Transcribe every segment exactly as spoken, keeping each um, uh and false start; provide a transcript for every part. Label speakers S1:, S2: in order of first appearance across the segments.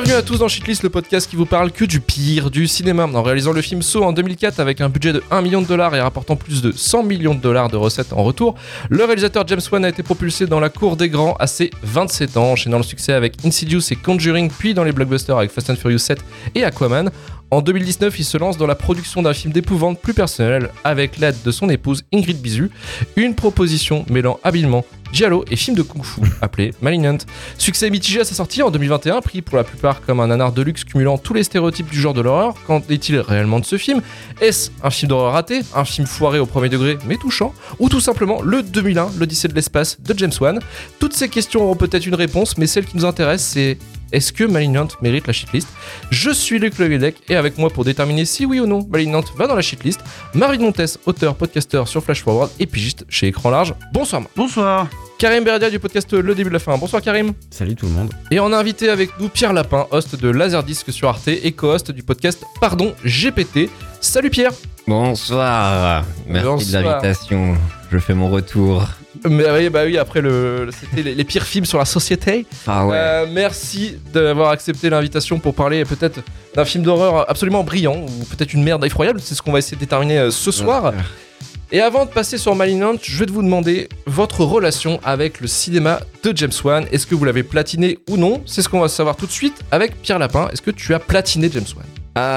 S1: Bienvenue à tous dans Shitlist, le podcast qui vous parle que du pire du cinéma. En réalisant le film Saw en deux mille quatre avec un budget de un million de dollars et rapportant plus de cent millions de dollars de recettes en retour, le réalisateur James Wan a été propulsé dans la cour des grands à ses vingt-sept ans, enchaînant le succès avec Insidious et Conjuring, puis dans les blockbusters avec Fast and Furious sept et Aquaman. En deux mille dix-neuf, il se lance dans la production d'un film d'épouvante plus personnel avec l'aide de son épouse Ingrid Bisu, une proposition mêlant habilement giallo et film de kung-fu appelé Malignant. Succès mitigé à sa sortie en deux mille vingt et un, pris pour la plupart comme un nanar de luxe cumulant tous les stéréotypes du genre de l'horreur. Qu'en est-il réellement de ce film ? Est-ce un film d'horreur raté, un film foiré au premier degré mais touchant, ou tout simplement le deux mille un, l'Odyssée de l'espace de James Wan ? Toutes ces questions auront peut-être une réponse, mais celle qui nous intéresse, c'est: est-ce que Malignant mérite la shitlist ? Je suis Luc Leguedec et avec moi pour déterminer si oui ou non Malignant va dans la shitlist, Marie de Montes, auteur, podcasteur sur Flash Forward et pigiste chez Écran Large. Bonsoir.
S2: Bonsoir.
S1: Karim Berdia du podcast Le Début de la Fin. Bonsoir Karim.
S3: Salut tout le monde.
S1: Et on a invité avec nous Pierre Lapin, host de Laserdisc sur Arte et co-host du podcast Pardon G P T. Salut Pierre.
S4: Bonsoir. Merci
S1: Bonsoir.
S4: de l'invitation. Je fais mon retour.
S1: Mais oui, bah oui, après le, c'était les, les pires films sur la société.
S4: Ah ouais.
S1: Euh, merci d'avoir accepté l'invitation pour parler peut-être d'un film d'horreur absolument brillant ou peut-être une merde effroyable. C'est ce qu'on va essayer de déterminer euh, ce soir. Et avant de passer sur Malignant, je vais vous demander votre relation avec le cinéma de James Wan. Est-ce que vous l'avez platiné ou non ? C'est ce qu'on va savoir tout de suite avec Pierre Lapin. Est-ce que tu as platiné James Wan ?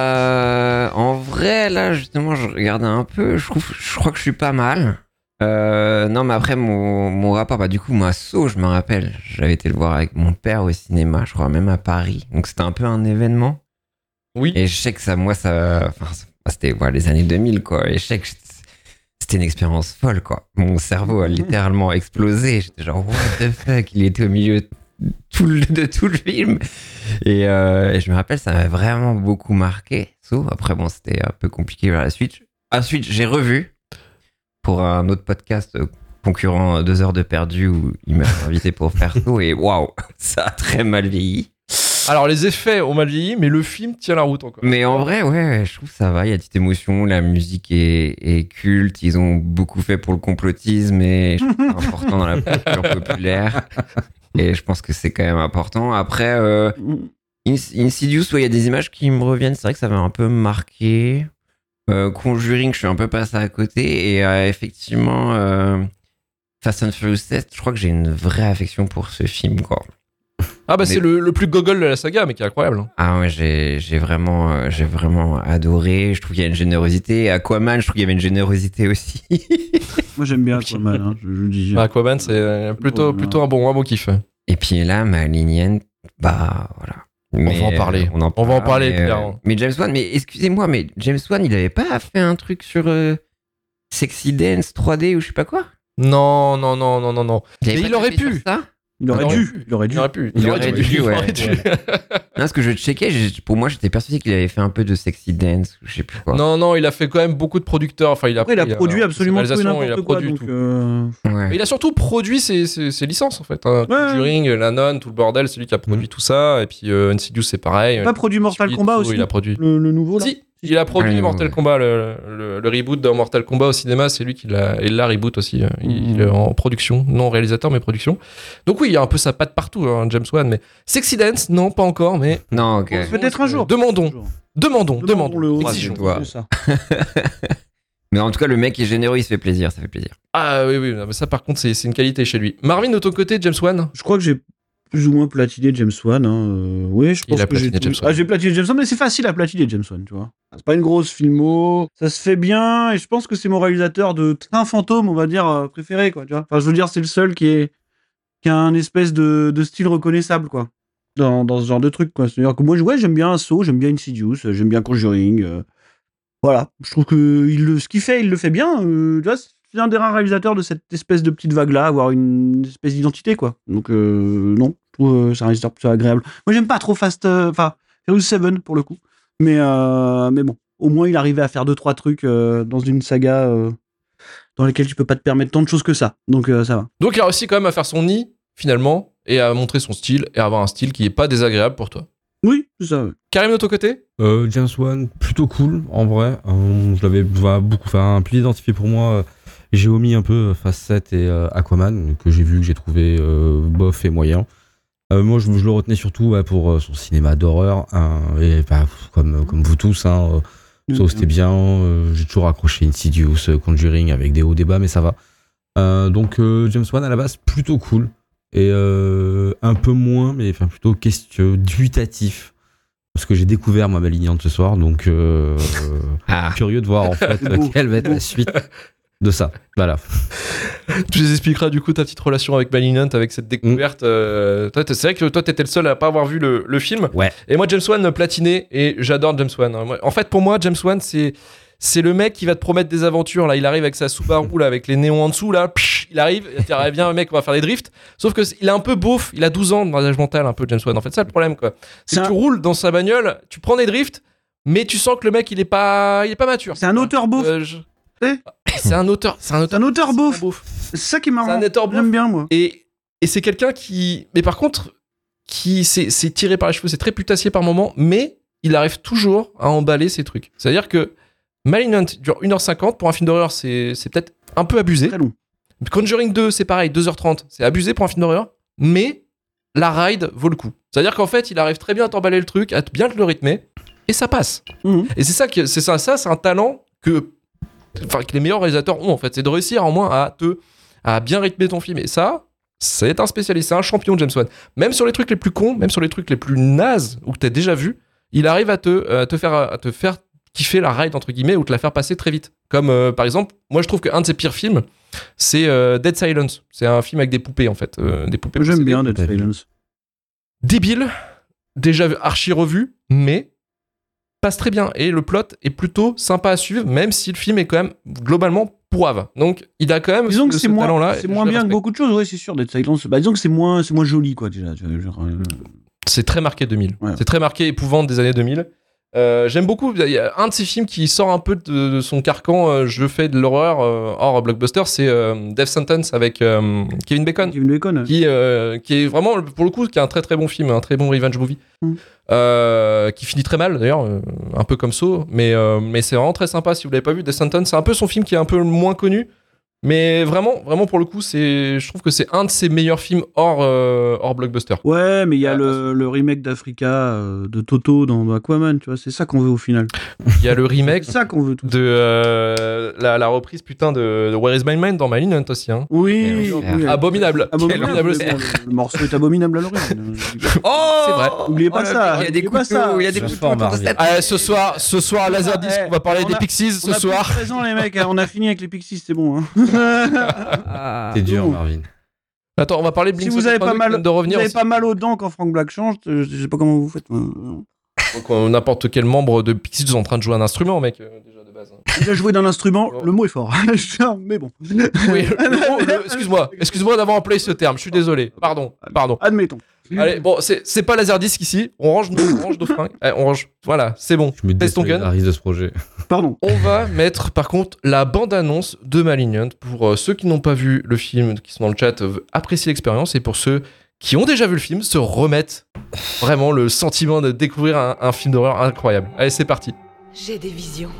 S4: Euh, en vrai, là, justement, je regardais un peu. Je trouve, je crois que je suis pas mal. Euh, non, mais après, mon, mon rapport, bah, du coup, moi, Saw, je me rappelle, j'avais été le voir avec mon père au cinéma, je crois, même à Paris. Donc, c'était un peu un événement.
S1: Oui.
S4: Et je sais que ça, moi, ça, enfin, c'était, voilà, les années deux mille, quoi. Et je sais que c'était une expérience folle, quoi. Mon cerveau a littéralement explosé. J'étais genre, what the fuck, il était au milieu de tout le, de tout le film. Et, euh, et je me rappelle, ça m'a vraiment beaucoup marqué. Saw. Après, bon, c'était un peu compliqué vers la suite. Ensuite, j'ai revu pour un autre podcast concurrent Deux heures de perdu où il m'a invité pour faire Saw. Et waouh, ça a très mal vieilli.
S1: Alors, les effets ont mal vieilli, mais le film tient la route encore.
S4: Mais en vrai, ouais, je trouve que ça va. Il y a une petite émotion, la musique est, est culte. Ils ont beaucoup fait pour le complotisme et je trouve que c'est important dans la culture populaire. Et je pense que c'est quand même important. Après, euh, Insidious, ouais, il y a des images qui me reviennent. C'est vrai que ça m'a un peu marqué. Euh, Conjuring, je suis un peu passé à côté. Et euh, effectivement, euh, Fast and Furious sept, je crois que j'ai une vraie affection pour ce film, quoi.
S1: Ah bah
S4: Mais...
S1: c'est le, le plus gogol de la saga, mais qui est incroyable.
S4: Ah ouais, j'ai, j'ai, vraiment, euh, j'ai vraiment adoré. Je trouve qu'il y a une générosité. Aquaman, je trouve qu'il y avait une générosité aussi.
S2: Moi j'aime bien Aquaman, hein, je, je le dis.
S1: Bah, Aquaman, c'est plutôt, plutôt un bon, un bon kiff.
S4: Et puis là, Malignant, bah voilà. Mais
S1: on va en parler.
S4: On, en
S1: on va en parler,
S4: mais,
S1: Pierre.
S4: euh, mais James Wan, mais excusez-moi, mais James Wan, il avait pas fait un truc sur euh, Sexy Dance trois D ou je sais pas quoi ?
S1: Non, non, non, non, non, non.
S4: Il
S1: Mais il aurait pu.
S4: Ça
S2: Il aurait
S1: Ah,
S2: dû, il aurait dû.
S1: Il aurait pu.
S4: Il aurait dû, ouais.
S1: aurait dû.
S4: Non, parce que je checkais, j'ai- pour moi, j'étais persuadé qu'il avait fait un peu de Sexy Dance ou je sais plus quoi.
S1: Non, non, il a fait quand même beaucoup de producteurs. Enfin, il a,
S2: Après, il a produit absolument tout et
S1: réalisation, il a
S2: n'importe quoi,
S1: produit
S2: donc...
S1: tout.
S2: Euh...
S4: Ouais.
S1: Mais il a surtout produit ses, ses, ses licences en fait. Hein.
S2: Ouais.
S1: Conjuring, La Nonne, tout le bordel, c'est lui qui a produit tout ça. Et puis euh, Insidious, c'est pareil.
S2: Il a pas produit Mortal
S1: Split,
S2: Kombat
S1: tout,
S2: aussi,
S1: Il a produit.
S2: le, le nouveau là.
S1: Si, il a produit
S4: Ah,
S1: Mortal
S4: ouais.
S1: Kombat, le, le, le reboot de Mortal Kombat au cinéma, c'est lui qui l'a, et l'a reboot aussi. Il,
S2: Mhm.
S1: il est en production, non réalisateur, mais production. Donc oui, il y a un peu sa patte partout, hein, James Wan. Mais Sexy Dance, non, pas encore, mais
S4: Non, ok.
S2: Peut-être un jour.
S1: demandons, demandons, demandons.
S2: le haut.
S1: Exigeons.
S4: doigt.
S2: C'est ça.
S4: Mais en tout cas, le mec est généreux, il se fait plaisir, ça fait plaisir.
S1: Ah oui, oui, non, mais ça par contre, c'est, c'est une qualité chez lui. Marvin, de ton côté, James Wan ?
S2: Je crois que j'ai plus ou moins platiné James Wan. Hein. Euh, oui, je
S1: Il
S2: pense
S1: a
S2: que j'ai
S1: platiné
S2: tout-
S1: James Wan.
S2: Ah, j'ai platiné James Wan, mais c'est facile à platiner James Wan, tu vois. C'est pas une grosse filmo, ça se fait bien, et je pense que c'est mon réalisateur de train fantôme, on va dire, euh, préféré, quoi, tu vois. Enfin, je veux dire, c'est le seul qui, est... qui a un espèce de, de style reconnaissable, quoi, dans, dans ce genre de truc, quoi. C'est-à-dire que moi, ouais, j'aime bien Saw, j'aime bien Insidious, euh, j'aime bien Conjuring, euh, voilà. Je trouve que il le, ce qu'il fait, il le fait bien, euh, tu vois, c'est un des rares réalisateurs de cette espèce de petite vague-là, avoir une espèce d'identité, quoi. Donc, euh, non, je trouve euh, c'est un réalisateur plutôt agréable. Moi, j'aime pas trop Fast... Enfin, Furious sept, pour le coup. Mais, euh, mais bon, au moins, il arrivait à faire deux, trois trucs euh, dans une saga euh, dans laquelle tu peux pas te permettre tant de choses que ça. Donc, euh, ça va.
S1: Donc il a réussi quand même à faire son nid, finalement, et à montrer son style, et à avoir un style qui est pas désagréable pour toi.
S2: Oui, c'est ça. Ouais.
S1: Karim, de ton côté ?
S3: Euh, James Wan, plutôt cool, en vrai. Euh, je l'avais va beaucoup, enfin, plus identifié pour moi. Euh, j'ai omis un peu Fast sept et euh, Aquaman, que j'ai vu, que j'ai trouvé euh, bof et moyen. Euh, moi, je, je le retenais surtout bah, pour euh, son cinéma d'horreur. Hein, et bah, comme, comme vous tous, hein, euh, ça c'était bien. Euh, j'ai toujours accroché Insidious, euh, Conjuring avec des hauts, des bas, mais ça va. Euh, donc, euh, James Wan, à la base, plutôt cool. Et euh, un peu moins, mais enfin plutôt question, dubitatif. Parce que j'ai découvert moi Malignante ce soir, donc euh,
S4: Ah.
S3: curieux de voir en fait quelle va être la suite de ça. Voilà.
S1: Tu les expliqueras du coup ta petite relation avec Malignant, avec cette découverte. Euh, toi, t'es- c'est vrai que toi, t'étais le seul à pas avoir vu le, le film.
S3: Ouais.
S1: Et moi, James Wan platiné, et j'adore James Wan. hein. Moi- En fait, pour moi, James Wan, c'est c'est le mec qui va te promettre des aventures. Là, il arrive avec sa Subaru, là, avec les néons en dessous, là. Psh, il arrive, il dit, ah, viens, mec, on va faire des drifts. Sauf que c'est- il est un peu beauf. Il a douze ans de mariage mental, un peu James Wan. En fait, c'est ça le problème, quoi. C'est
S2: C'est
S1: que
S2: un-
S1: tu roules dans sa bagnole, tu prends des drifts, mais tu sens que le mec, il est pas, il est pas mature.
S2: C'est un auteur beauf.
S1: Euh, je-
S2: Eh
S1: C'est un auteur, c'est un
S2: C'est
S1: auteur,
S2: un auteur beauf.
S1: beauf.
S2: C'est ça qui est
S1: C'est
S2: marrant.
S1: un auteur beauf.
S2: J'aime bien, moi.
S1: Et, et c'est quelqu'un qui. Mais par contre, qui c'est c'est tiré par les cheveux, c'est très putassier par moment, mais il arrive toujours à emballer ses trucs. C'est-à-dire que Malignant dure une heure cinquante. Pour un film d'horreur, c'est c'est peut-être un peu abusé.
S2: Très long.
S1: Conjuring deux, c'est pareil, deux heures trente. C'est abusé pour un film d'horreur, mais la ride vaut le coup. C'est-à-dire qu'en fait, il arrive très bien à t'emballer le truc, à bien te le rythmer, et ça passe.
S2: Mhm.
S1: Et c'est ça, que- c'est ça, ça c'est un talent que, enfin, que les meilleurs réalisateurs ont en fait, c'est de réussir au moins à te, à bien rythmer ton film. Et ça, c'est un spécialiste, c'est un champion James Wan. Même sur les trucs les plus cons, même sur les trucs les plus nazes ou que t'as déjà vu, il arrive à te, euh, te faire, à te faire kiffer la ride entre guillemets ou te la faire passer très vite. Comme euh, par exemple, moi je trouve qu'un de ses pires films, c'est euh, Dead Silence. C'est un film avec des poupées en fait, euh, des poupées.
S2: J'aime
S1: possédées.
S2: bien Dead
S3: T'as vu.
S2: Silence.
S1: Débile, déjà archi revu, mais passe très bien. Et le plot est plutôt sympa à suivre, même si le film est quand même globalement pourrave. Donc il a quand même
S2: Disons que
S1: ce,
S2: c'est
S1: ce
S2: moins,
S1: talent-là.
S2: c'est
S1: et
S2: moins
S1: je le
S2: bien que
S1: respecte.
S2: beaucoup de choses, ouais, c'est sûr, Dead Silence. Bah, disons que c'est moins, c'est moins joli, quoi, déjà. tu vois, genre, euh,
S1: C'est très marqué deux mille.
S2: Ouais.
S1: C'est très marqué épouvante des années deux mille. Euh, j'aime beaucoup. Il y a un de ces films qui sort un peu de, de son carcan. euh, je fais de l'horreur euh, hors blockbuster. C'est euh, Death Sentence avec euh, Kevin Bacon.
S2: Kevin Bacon.
S1: Qui, euh, qui est vraiment, pour le coup, qui est un très très bon film, un très bon revenge movie.
S2: Mm.
S1: Euh, qui finit très mal d'ailleurs, euh, un peu comme Saw. Mais, euh, mais c'est vraiment très sympa si vous l'avez pas vu. Death Sentence, c'est un peu son film qui est un peu moins connu. Mais vraiment, vraiment pour le coup, c'est, je trouve que c'est un de ses meilleurs films hors, euh, hors blockbuster.
S2: Ouais, mais il y a
S1: Ah,
S2: le, le remake d'Africa euh, de Toto dans Aquaman, tu vois, c'est ça qu'on veut au final.
S1: Il y a le remake
S2: C'est ça qu'on veut tout.
S1: de euh, la, la reprise putain de, de Where is My Mind dans Malignant aussi. Hein.
S2: Oui,
S4: Eh oui,
S2: oui,
S4: frère.
S2: oui.
S1: Abominable.
S2: Abominable,
S1: Abominable
S2: mais bon, le, le morceau est abominable à l'origine.
S4: Oh
S1: C'est vrai.
S2: Oubliez pas
S4: Oh, le
S2: ça,
S4: mec, Il y a des
S2: oubliez pas ça.
S4: couteaux, il y a des
S3: Je
S4: couteaux
S3: forme,
S4: autour de
S3: Marvin.
S4: cette
S1: Ah, ce soir, ce soir à Laserdisc,
S2: Eh,
S1: on va parler
S2: on
S1: des
S2: a-
S1: Pixies
S2: On
S1: ce
S2: a plus
S1: soir.
S2: de présent, les mecs, hein, on a fini avec les Pixies, c'est bon. Hein.
S3: C'est dur,
S2: bon.
S3: Marvin.
S1: Attends, on va parler de
S2: Si
S1: Blink
S2: vous avez pas
S1: cent quatre-vingt-deux qui
S2: mal,
S1: vient de revenir
S2: vous avez
S1: aussi.
S2: pas mal aux dents quand Frank Black change, je je sais pas comment vous faites. moi.
S1: Donc, euh, n'importe quel membre de Pixies est en train de jouer un instrument, mec, euh, déjà de base. hein.
S2: Il a joué d'un instrument, le mot est fort, mais bon.
S1: Oui, le mot- le- excuse-moi, excuse-moi d'avoir employé ce terme, je suis désolé. Pardon, pardon.
S2: Admettons.
S1: Allez, bon, c'est c'est pas Laserdisc ici, on range nos, on range nos fringues. Allez, on range, voilà, c'est bon.
S3: Je me
S1: Teste ton gun.
S3: désolidarise de ce projet.
S2: Pardon.
S1: On va mettre par contre la bande-annonce de Malignant pour euh, ceux qui n'ont pas vu le film, qui sont dans le chat, euh, apprécier l'expérience, et pour ceux qui ont déjà vu le film, se remettent vraiment le sentiment de découvrir un, un film d'horreur incroyable. Allez, c'est parti.
S5: J'ai des visions.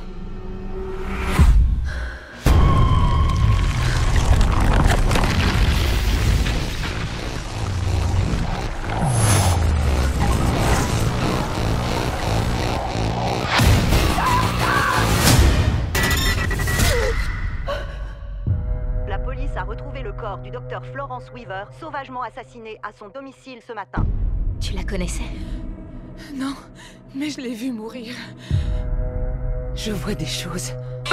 S6: La police a retrouvé le corps du docteur Florence Weaver, sauvagement assassiné à son domicile ce matin.
S5: Tu la connaissais?
S7: Non, mais je l'ai vu mourir. Je vois des choses.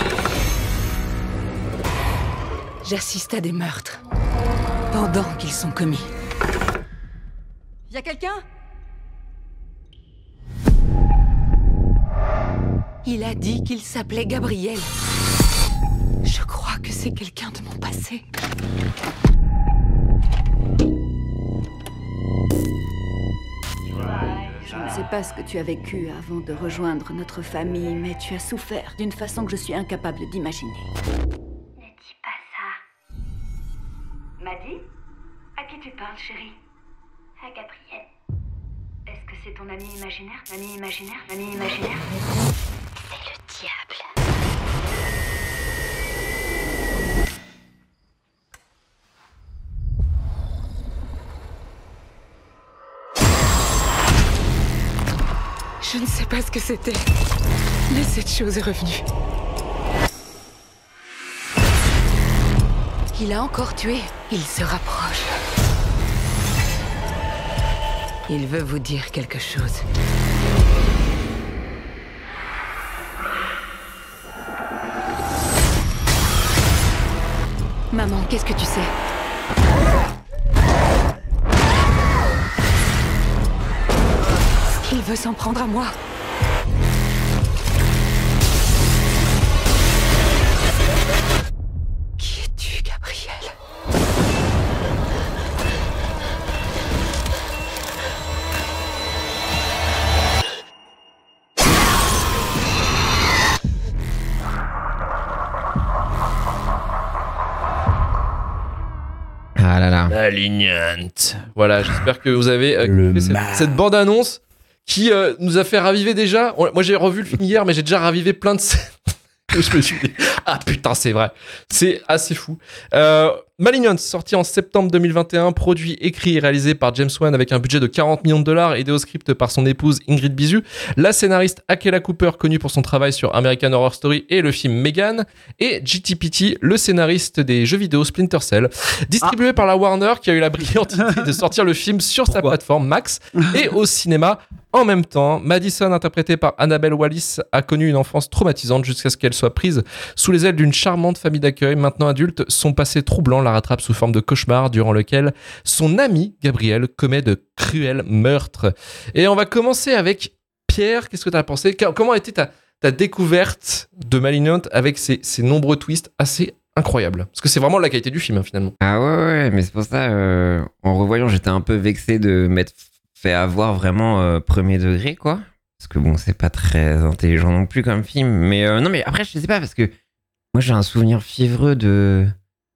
S7: J'assiste à des meurtres. Pendant qu'ils sont commis.
S5: Y a quelqu'un?
S7: Il a dit qu'il s'appelait Gabriel. Je crois que c'est quelqu'un de mon passé.
S8: Je ne sais pas ce que tu as vécu avant de rejoindre notre famille, mais tu as souffert d'une façon que je suis incapable d'imaginer.
S6: Ne dis pas ça. Maddy? À qui tu parles, chérie? À Gabriel. Est-ce que c'est ton ami imaginaire? Ami imaginaire? Ami imaginaire? C'est le diable.
S7: Je ne sais pas ce que c'était, mais cette chose est revenue. Il a encore tué. Il se rapproche. Il veut vous dire quelque chose.
S8: Maman, qu'est-ce que tu sais?
S7: Il veut s'en prendre à moi. Qui es-tu, Gabriel?
S4: Ah là là.
S1: Malignant. Voilà, j'espère que vous avez euh,
S3: Le
S1: kiffé cette,
S3: mal.
S1: cette bande-annonce qui euh, nous a fait raviver déjà. On- Moi, j'ai revu le film hier, mais j'ai déjà ravivé plein de scènes. Et je me suis dit, ah putain, c'est vrai. C'est assez fou. Euh, Malignant, sorti en septembre deux mille vingt et un, produit, écrit et réalisé par James Wan avec un budget de quarante millions de dollars, aidé au script par son épouse Ingrid Bisu, la scénariste Akela Cooper, connue pour son travail sur American Horror Story et le film Megan, et G T P T, le scénariste des jeux vidéo Splinter Cell, distribué par la Warner, qui a eu la brillante idée de sortir le film sur sa
S3: Pourquoi
S1: plateforme Max et au cinéma en même temps. Madison, interprétée par Annabelle Wallis, a connu une enfance traumatisante jusqu'à ce qu'elle soit prise sous les ailes d'une charmante famille d'accueil. Maintenant adulte, son passé troublant la rattrape sous forme de cauchemar durant lequel son ami Gabriel commet de cruels meurtres. Et on va commencer avec Pierre. Qu'est-ce que tu as pensé? Qu- Comment a été ta, ta découverte de Malignant avec ses, ses nombreux twists assez incroyables? Parce que c'est vraiment la qualité du film, hein, finalement.
S4: Ah ouais, ouais, mais c'est pour ça, euh, en revoyant, j'étais un peu vexé de m'être fait avoir vraiment euh, premier degré, quoi. Parce que bon, c'est pas très intelligent non plus comme film. Mais euh, non, mais après, je sais pas, parce que moi, j'ai un souvenir fiévreux de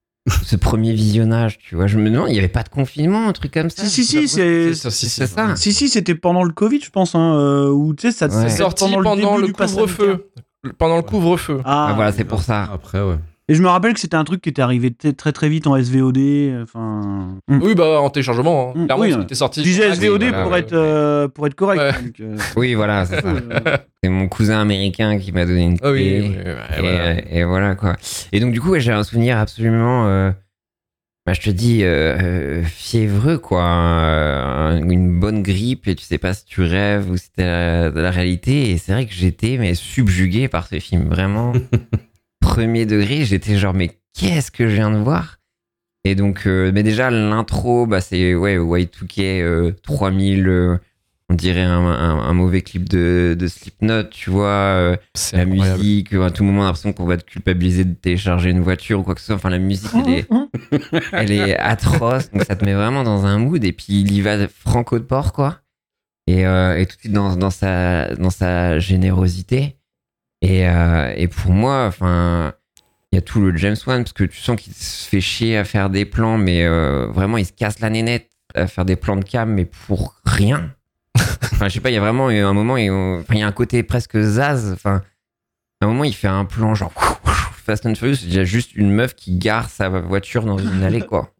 S4: ce premier visionnage, tu vois. Je me demande, il y avait pas de confinement, un truc comme ça?
S2: Si, si, si, c'est.
S1: C'est
S4: C'est ça.
S2: Si, si, c'était pendant le Covid, je pense, hein, euh, où tu sais, ça
S4: Ouais.
S2: c'est
S1: C'est sorti pendant le,
S2: début du pass
S1: couvre-feu.
S2: sanitaire.
S1: Pendant le couvre-feu.
S2: Ah,
S4: Ah, voilà, c'est pour ça.
S3: Après, ouais.
S2: Et je me rappelle que c'était un truc qui était arrivé t- très très vite en S V O D. Enfin. Mm.
S1: Oui, bah en téléchargement. Hein.
S2: Mm,
S1: Clairement,
S2: oui,
S1: parce que
S2: ouais.
S1: t'es sorti.
S2: Je disais
S1: sur
S2: S V O D
S1: Max,
S4: voilà,
S2: pour,
S4: ouais,
S2: être, euh, pour être correct.
S1: Ouais.
S2: Donc, euh,
S4: Oui, voilà, c'est ça.
S2: euh,
S4: C'est mon cousin américain qui m'a donné une
S1: Ah oui,
S4: clé.
S1: oui, ouais,
S4: Et,
S1: voilà.
S4: euh, et voilà quoi. Et donc du coup, ouais, j'ai un souvenir absolument, euh, bah, je te dis, euh, euh, fiévreux quoi. Euh, une bonne grippe et tu sais pas si tu rêves ou si c'est la, la réalité. Et c'est vrai que j'étais mais subjugué par ce film, vraiment. Premier degré, j'étais genre mais qu'est-ce que je viens de voir? Et donc, euh, mais déjà l'intro, bah c'est ouais Y deux K euh, trois mille. euh, on dirait un, un- un mauvais clip de, de Slipknot, tu vois. euh,
S1: C'est
S4: la
S1: incroyable.
S4: musique, à tout moment, on a l'impression qu'on va te culpabiliser de télécharger une voiture ou quoi que ce soit. Enfin, la musique, elle est, elle est atroce. Donc, ça te met vraiment dans un mood. Et puis, il y va franco de port, quoi. Et, euh, et tout de suite dans, dans, sa, dans sa générosité. Et, euh, et pour moi, enfin, il y a tout le James Wan, parce que tu sens qu'il se fait chier à faire des plans, mais euh, vraiment, il se casse la nénette à faire des plans de cam, mais pour rien. Enfin, je sais pas, il y a vraiment un moment, et on- enfin, il y a un côté presque zaz. Enfin, à un moment, il fait un plan genre Fast and Furious, il y a juste une meuf qui gare sa voiture dans une allée, quoi.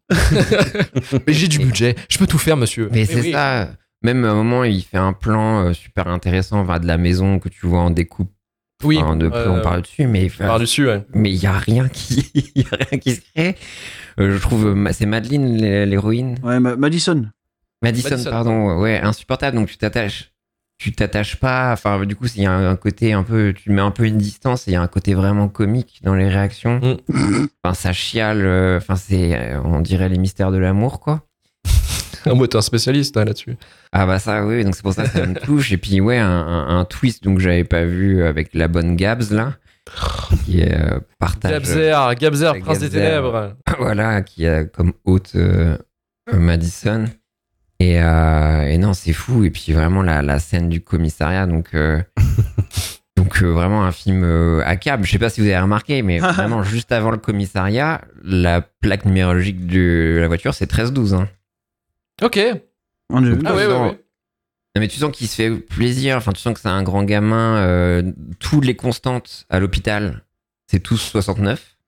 S1: Mais j'ai du budget, je peux tout faire, monsieur.
S4: Mais c'est
S1: oui.
S4: ça. Même à un moment, il fait un plan euh, super intéressant, enfin, de la maison que tu vois en découpe.
S1: Oui,
S4: Enfin, de plan
S1: euh,
S4: par-dessus, mais enfin,
S1: par-dessus, ouais.
S4: mais il y a rien qui, il y a rien qui se crée. Euh, je trouve, euh, c'est Madeleine l'hé- l'héroïne.
S2: Ouais, Ma- Madison.
S4: Madison,
S1: Madison,
S4: pardon, ouais, insupportable. Donc tu t'attaches, tu t'attaches pas. Enfin, du coup, il y a un côté un peu, tu mets un peu une distance. Et il y a un côté vraiment comique dans les réactions.
S1: Mm.
S4: Enfin, ça chiale. euh, Enfin, c'est, euh, on dirait les mystères de l'amour, quoi.
S1: Ah, moi, t'es un spécialiste hein, là-dessus.
S4: Ah bah ça, oui. Donc c'est pour ça que ça me touche. Et puis ouais, un, un, un twist donc j'avais pas vu avec la bonne Gabs là, qui est euh, partage.
S1: Gabzer, Gabzer,
S4: c'est
S1: prince des
S4: Gabzer.
S1: ténèbres.
S4: Voilà, qui a comme hôte euh, euh, Madison. Et, euh, et non, c'est fou. Et puis vraiment la, la scène du commissariat, donc euh, donc euh, vraiment un film euh, à câble. Je sais pas si vous avez remarqué, mais vraiment juste avant le commissariat, la plaque numérologique de la voiture c'est treize douze. Hein.
S1: Ok.
S2: On a vu.
S1: Ah ouais, ouais, ouais.
S4: Non, mais tu sens qu'il se fait plaisir. Enfin, tu sens que c'est un grand gamin. Euh, tous les constantes à l'hôpital, c'est tous soixante-neuf.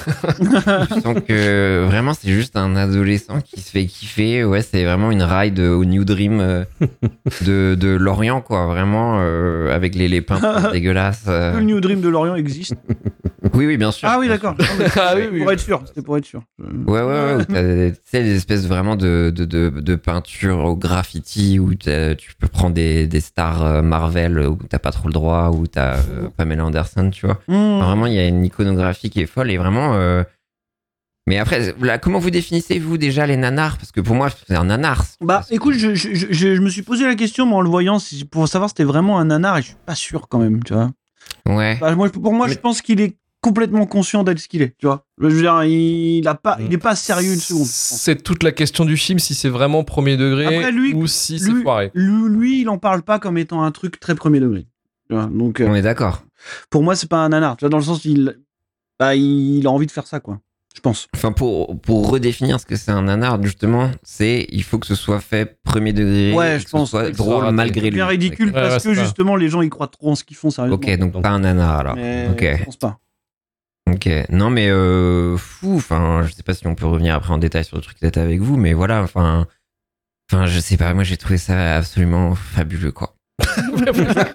S4: Je sens que vraiment c'est juste un adolescent qui se fait kiffer. Ouais, c'est vraiment une ride au New Dream euh, de, de Lorient, quoi. Vraiment, euh, avec les, les peintres dégueulasses. euh.
S2: Le New Dream de Lorient existe.
S4: Oui, oui, bien sûr.
S2: Ah oui,
S4: bien
S2: d'accord.
S4: sûr.
S2: Non, mais
S1: Ah oui,
S2: c'était
S1: oui,
S2: pour
S1: oui.
S2: être sûr. C'était pour être sûr.
S4: Ouais, ouais, ouais. Où t'as, tu sais, des espèces vraiment de, de, de, de peinture au graffiti où t'as- tu peux prendre des, des stars euh, Marvel où t'as pas trop le droit, où t'as euh, Pamela Anderson, tu vois.
S2: Mmh.
S4: Enfin, vraiment, il y a une iconographie qui est folle et vraiment. euh, Mais après, là, comment vous définissez, vous, déjà, les nanars? Parce que pour moi, c'est un nanar.
S2: Bah écoute, je, je, je, je me suis posé la question, moi, en le voyant, si- pour savoir si c'était vraiment un nanar, et je suis pas sûr quand même, tu vois.
S4: Ouais.
S2: Bah, moi, pour moi,
S4: Mais-
S2: je pense qu'il est complètement conscient d'être ce qu'il est, tu vois. Je veux dire, il, a pas, il est pas sérieux une seconde. je pense.
S1: C'est toute la question du film, si c'est vraiment premier degré
S2: Après, lui-
S1: ou si c'est
S2: lui-
S1: foiré.
S2: Lui, lui, il en parle pas comme étant un truc très premier degré. Tu vois, donc, euh,
S4: On est d'accord.
S2: pour moi, c'est pas un nanar, tu vois, dans le sens où il, bah, il a envie de faire ça, quoi. Je pense.
S4: Enfin, pour, pour redéfinir ce que c'est un nanar, justement, c'est il faut que ce soit fait premier degré,
S2: Ouais,
S4: et
S2: je
S4: que
S2: pense.
S4: ce soit
S1: Que ce soit
S4: drôle
S1: raté.
S4: malgré
S2: C'est
S4: lui.
S2: bien ridicule
S1: Ouais,
S2: parce
S1: ouais,
S2: que
S1: c'est ça.
S2: justement, les gens, ils croient trop en ce qu'ils font, sérieusement.
S4: Ok, donc pas un nanar alors.
S2: Mais
S4: Ok,
S2: je pense pas.
S4: ok. Non, mais euh, fou. Enfin, je sais pas si on peut revenir après en détail sur le truc d'être avec vous, mais voilà. Enfin, enfin, je sais pas. Moi, j'ai trouvé ça absolument fabuleux, quoi.
S2: Mais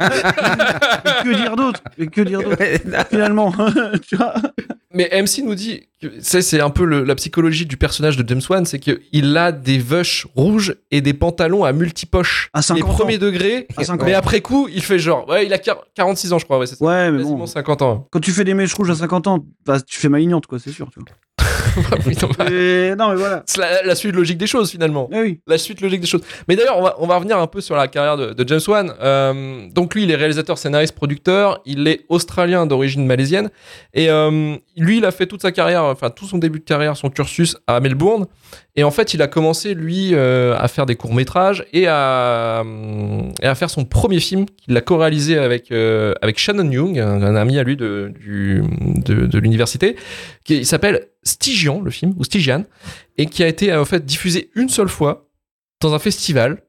S2: que dire d'autre Mais que dire d'autre Finalement, tu vois.
S1: Mais M C nous dit, que c'est c'est un peu le- la psychologie du personnage de James Wan, c'est qu'il a des vush rouges et des pantalons à multipoches.
S2: À
S1: Les
S2: cinquante ans.
S1: premiers degrés,
S2: À cinquante
S1: mais
S2: ans.
S1: après coup, il fait genre, ouais, il a quar- quarante-six ans, je crois, ouais, c'est ça.
S2: Ouais, mais
S1: Quasiment
S2: bon.
S1: cinquante ans.
S2: Quand tu fais des mèches rouges à cinquante ans, bah, tu fais malignante, quoi, c'est sûr. Tu vois.
S1: Oui, non, bah,
S2: Et- non, mais voilà.
S1: c'est la, la suite logique des choses, finalement.
S2: Eh oui.
S1: La suite logique des choses. Mais d'ailleurs, on va, on va revenir un peu sur la carrière de, de James Wan. Euh, donc lui, il est réalisateur, scénariste, producteur. Il est australien d'origine malaisienne. Et euh, lui, il a fait toute sa carrière, enfin tout son début de carrière, son cursus à Melbourne. Et en fait, il a commencé, lui, euh, à faire des courts-métrages et à, euh, et à faire son premier film qu'il a co-réalisé avec, euh, avec Shannon Young, un, un ami à lui de, du, de, de l'université, qui il s'appelle Stygian, le film, ou Stygian, et qui a été en fait diffusé une seule fois dans un festival.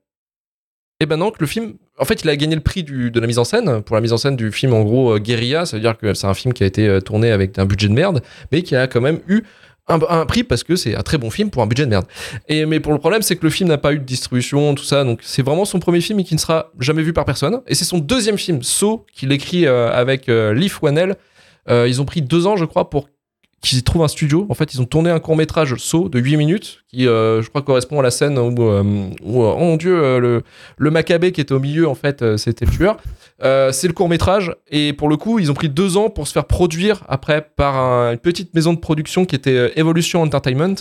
S1: Et ben donc le film, en fait, il a gagné le prix du, de la mise en scène pour la mise en scène du film en gros euh, Guérilla. Ça veut dire que c'est un film qui a été euh, tourné avec un budget de merde, mais qui a quand même eu un, un prix parce que c'est un très bon film pour un budget de merde. Et mais pour le problème, c'est que le film n'a pas eu de distribution, tout ça. Donc c'est vraiment son premier film et qui ne sera jamais vu par personne. Et c'est son deuxième film, Saw, qu'il écrit euh, avec euh, Leif Whannell. Euh, ils ont pris deux ans, je crois, pour qu'ils trouvent un studio. En fait, ils ont tourné un court-métrage Saw de huit minutes qui, euh, je crois, correspond à la scène où, euh, où euh, oh mon Dieu, euh, le, le Maccabée qui était au milieu, en fait, euh, c'était le tueur. Euh, c'est le court-métrage. Et pour le coup, ils ont pris deux ans pour se faire produire après par un- une petite maison de production qui était euh, Evolution Entertainment,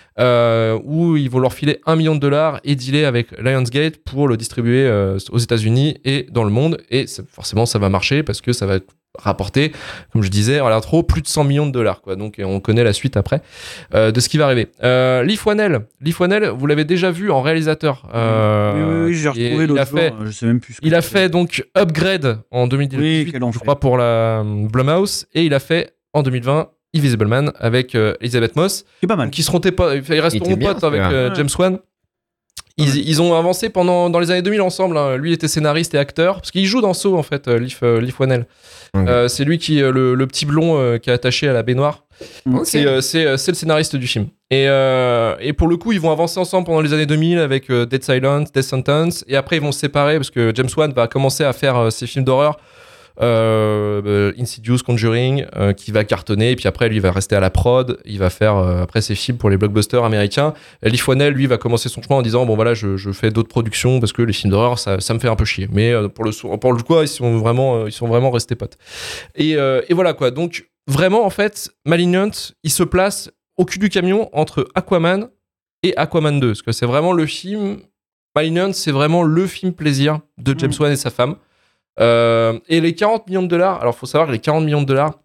S1: euh, où ils vont leur filer un million de dollars et dealer avec Lionsgate pour le distribuer euh, aux États-Unis et dans le monde. Et c'est- forcément, ça va marcher parce que ça va rapporter, comme je disais à l'intro, plus de cent millions de dollars, quoi. Donc on connaît la suite après euh, de ce qui va arriver. Euh, Leif Whannell, Leif Whannell, vous l'avez déjà vu en réalisateur. Euh,
S2: oui, oui, oui, j'ai
S1: et
S2: retrouvé
S1: il
S2: l'autre
S1: a
S2: jour.
S1: fait,
S2: euh, Je sais même plus. ce que
S1: il a
S2: c'est.
S1: fait donc Upgrade en deux mille dix-huit,
S2: Oui, quel
S1: je
S2: enfer.
S1: crois, pour la euh, Blumhouse, et il a fait en deux mille vingt Invisible Man avec euh, Elizabeth Moss,
S2: C'est pas mal.
S1: qui seront tes potes, ils resteront
S4: était bien,
S1: potes avec
S4: celui-là.
S1: euh,
S2: Ouais.
S1: James Wan. Ils, ils ont avancé pendant dans les années deux mille ensemble. Hein. Lui il était scénariste et acteur parce qu'il joue dans Saw en fait, euh, Leif, euh, Leif Whannell.
S4: Ok.
S1: Euh, c'est lui qui euh, le, le petit blond euh, qui est attaché à la baignoire.
S2: Ok.
S1: C'est euh, c'est euh, c'est le scénariste du film. Et euh, et pour le coup ils vont avancer ensemble pendant les années deux mille avec euh, Dead Silence, Death Sentence, et après ils vont se séparer parce que James Wan va commencer à faire euh, ses films d'horreur. Euh, euh, Insidious, Conjuring, euh, qui va cartonner, et puis après lui il va rester à la prod, il va faire euh, après ses films pour les blockbusters américains. Leif Whannell lui va commencer son chemin en disant bon voilà je, je fais d'autres productions parce que les films d'horreur ça, ça me fait un peu chier, mais euh, pour le sou- pour le coup ils sont vraiment euh, ils sont vraiment restés potes, et, euh, et voilà quoi. Donc vraiment en fait Malignant il se place au cul du camion entre Aquaman et Aquaman deux, parce que c'est vraiment le film Malignant, c'est vraiment le film plaisir de James
S2: Mm.
S1: Wan et sa femme. Euh, et les quarante millions de dollars, alors faut savoir que les quarante millions de dollars,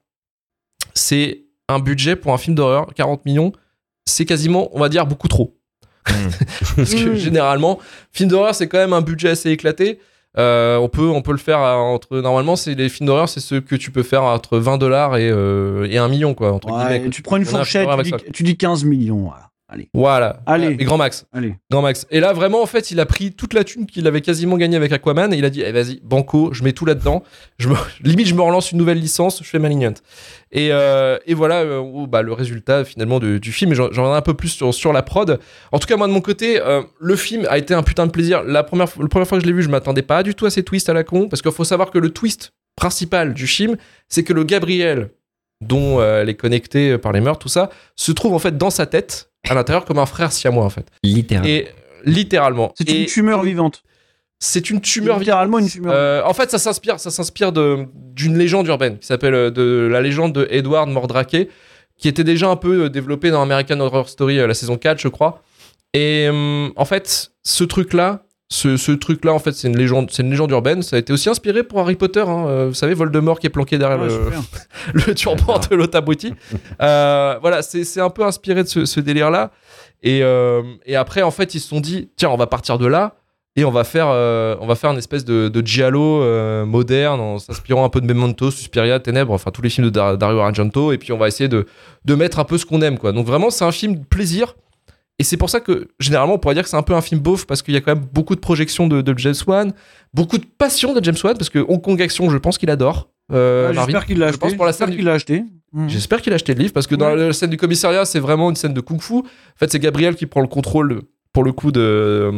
S1: c'est un budget pour un film d'horreur. quarante millions, c'est quasiment, on va dire, beaucoup trop. Parce que
S2: Mm.
S1: généralement, film d'horreur, c'est quand même un budget assez éclaté. Euh, on, peut, on peut le faire à- entre. Normalement, c'est les films d'horreur, c'est ceux que tu peux faire entre vingt dollars et, euh, et un million, quoi. Entre
S2: Ouais,
S1: guillemets.
S2: tu prends une
S1: On a un film
S2: fourchette,
S1: d'horreur
S2: tu
S1: avec
S2: dis, tu dis quinze millions. Voilà. Allez.
S1: Voilà.
S2: Allez.
S1: Et Grand Max.
S2: Allez.
S1: Grand Max. Et là, vraiment, en fait, il a pris toute la thune qu'il avait quasiment gagnée avec Aquaman et il a dit, eh, vas-y, banco, je mets tout là-dedans. Je me... Limite, je me relance une nouvelle licence, je fais Malignant. Et, euh, et voilà euh, où, bah, le résultat, finalement, de, du film. Et j'en, j'en ai un peu plus sur, sur la prod. En tout cas, moi, de mon côté, euh, le film a été un putain de plaisir. La première, la première fois que je l'ai vu, je m'attendais pas du tout à ces twists à la con. Parce qu'il faut savoir que le twist principal du film, c'est que le Gabriel, dont euh, elle est connectée par les meurtres, tout ça, se trouve en fait dans sa tête, à l'intérieur, comme un frère siamois en fait.
S4: Littéralement.
S1: Et littéralement.
S2: C'est
S1: Et
S2: une tumeur vivante.
S1: C'est une tumeur
S2: Littéralement
S1: vivante.
S2: une tumeur.
S1: Euh, en fait, ça s'inspire, ça s'inspire de, d'une légende urbaine qui s'appelle euh, de la légende de Edward Mordrake, qui était déjà un peu euh, développée dans American Horror Story, euh, la saison quatre, je crois. Et euh, en fait, ce truc-là, Ce, ce truc-là, en fait, c'est une légende, c'est une légende urbaine. Ça a été aussi inspiré pour Harry Potter. Hein. Euh, vous savez, Voldemort qui est planqué derrière
S2: Ouais,
S1: le, le turban de l'Otabouti. euh, voilà, c'est, c'est un peu inspiré de ce, ce délire-là. Et, euh, et après, en fait, ils se sont dit, tiens, on va partir de là et on va faire, euh, on va faire une espèce de, de giallo euh, moderne, en s'inspirant un peu de Memento, Suspiria, Ténèbres, enfin tous les films de Dar- Dario Argento. Et puis, on va essayer de, de mettre un peu ce qu'on aime, quoi. Donc vraiment, c'est un film de plaisir. Et c'est pour ça que, généralement, on pourrait dire que c'est un peu un film beauf, parce qu'il y a quand même beaucoup de projections de, de James Wan, beaucoup de passion de James Wan, parce que Hong Kong Action, je pense qu'il adore. Euh,
S2: Ouais,
S1: Marvin.
S2: j'espère qu'il l'a
S1: Je
S2: acheté.
S1: pense pour la
S2: J'espère
S1: scène
S2: qu'il l'a acheté. Mmh.
S1: J'espère qu'il a acheté le livre, parce que dans
S2: Ouais.
S1: la scène du commissariat, c'est vraiment une scène de kung-fu. En fait, c'est Gabriel qui prend le contrôle, pour le coup, de,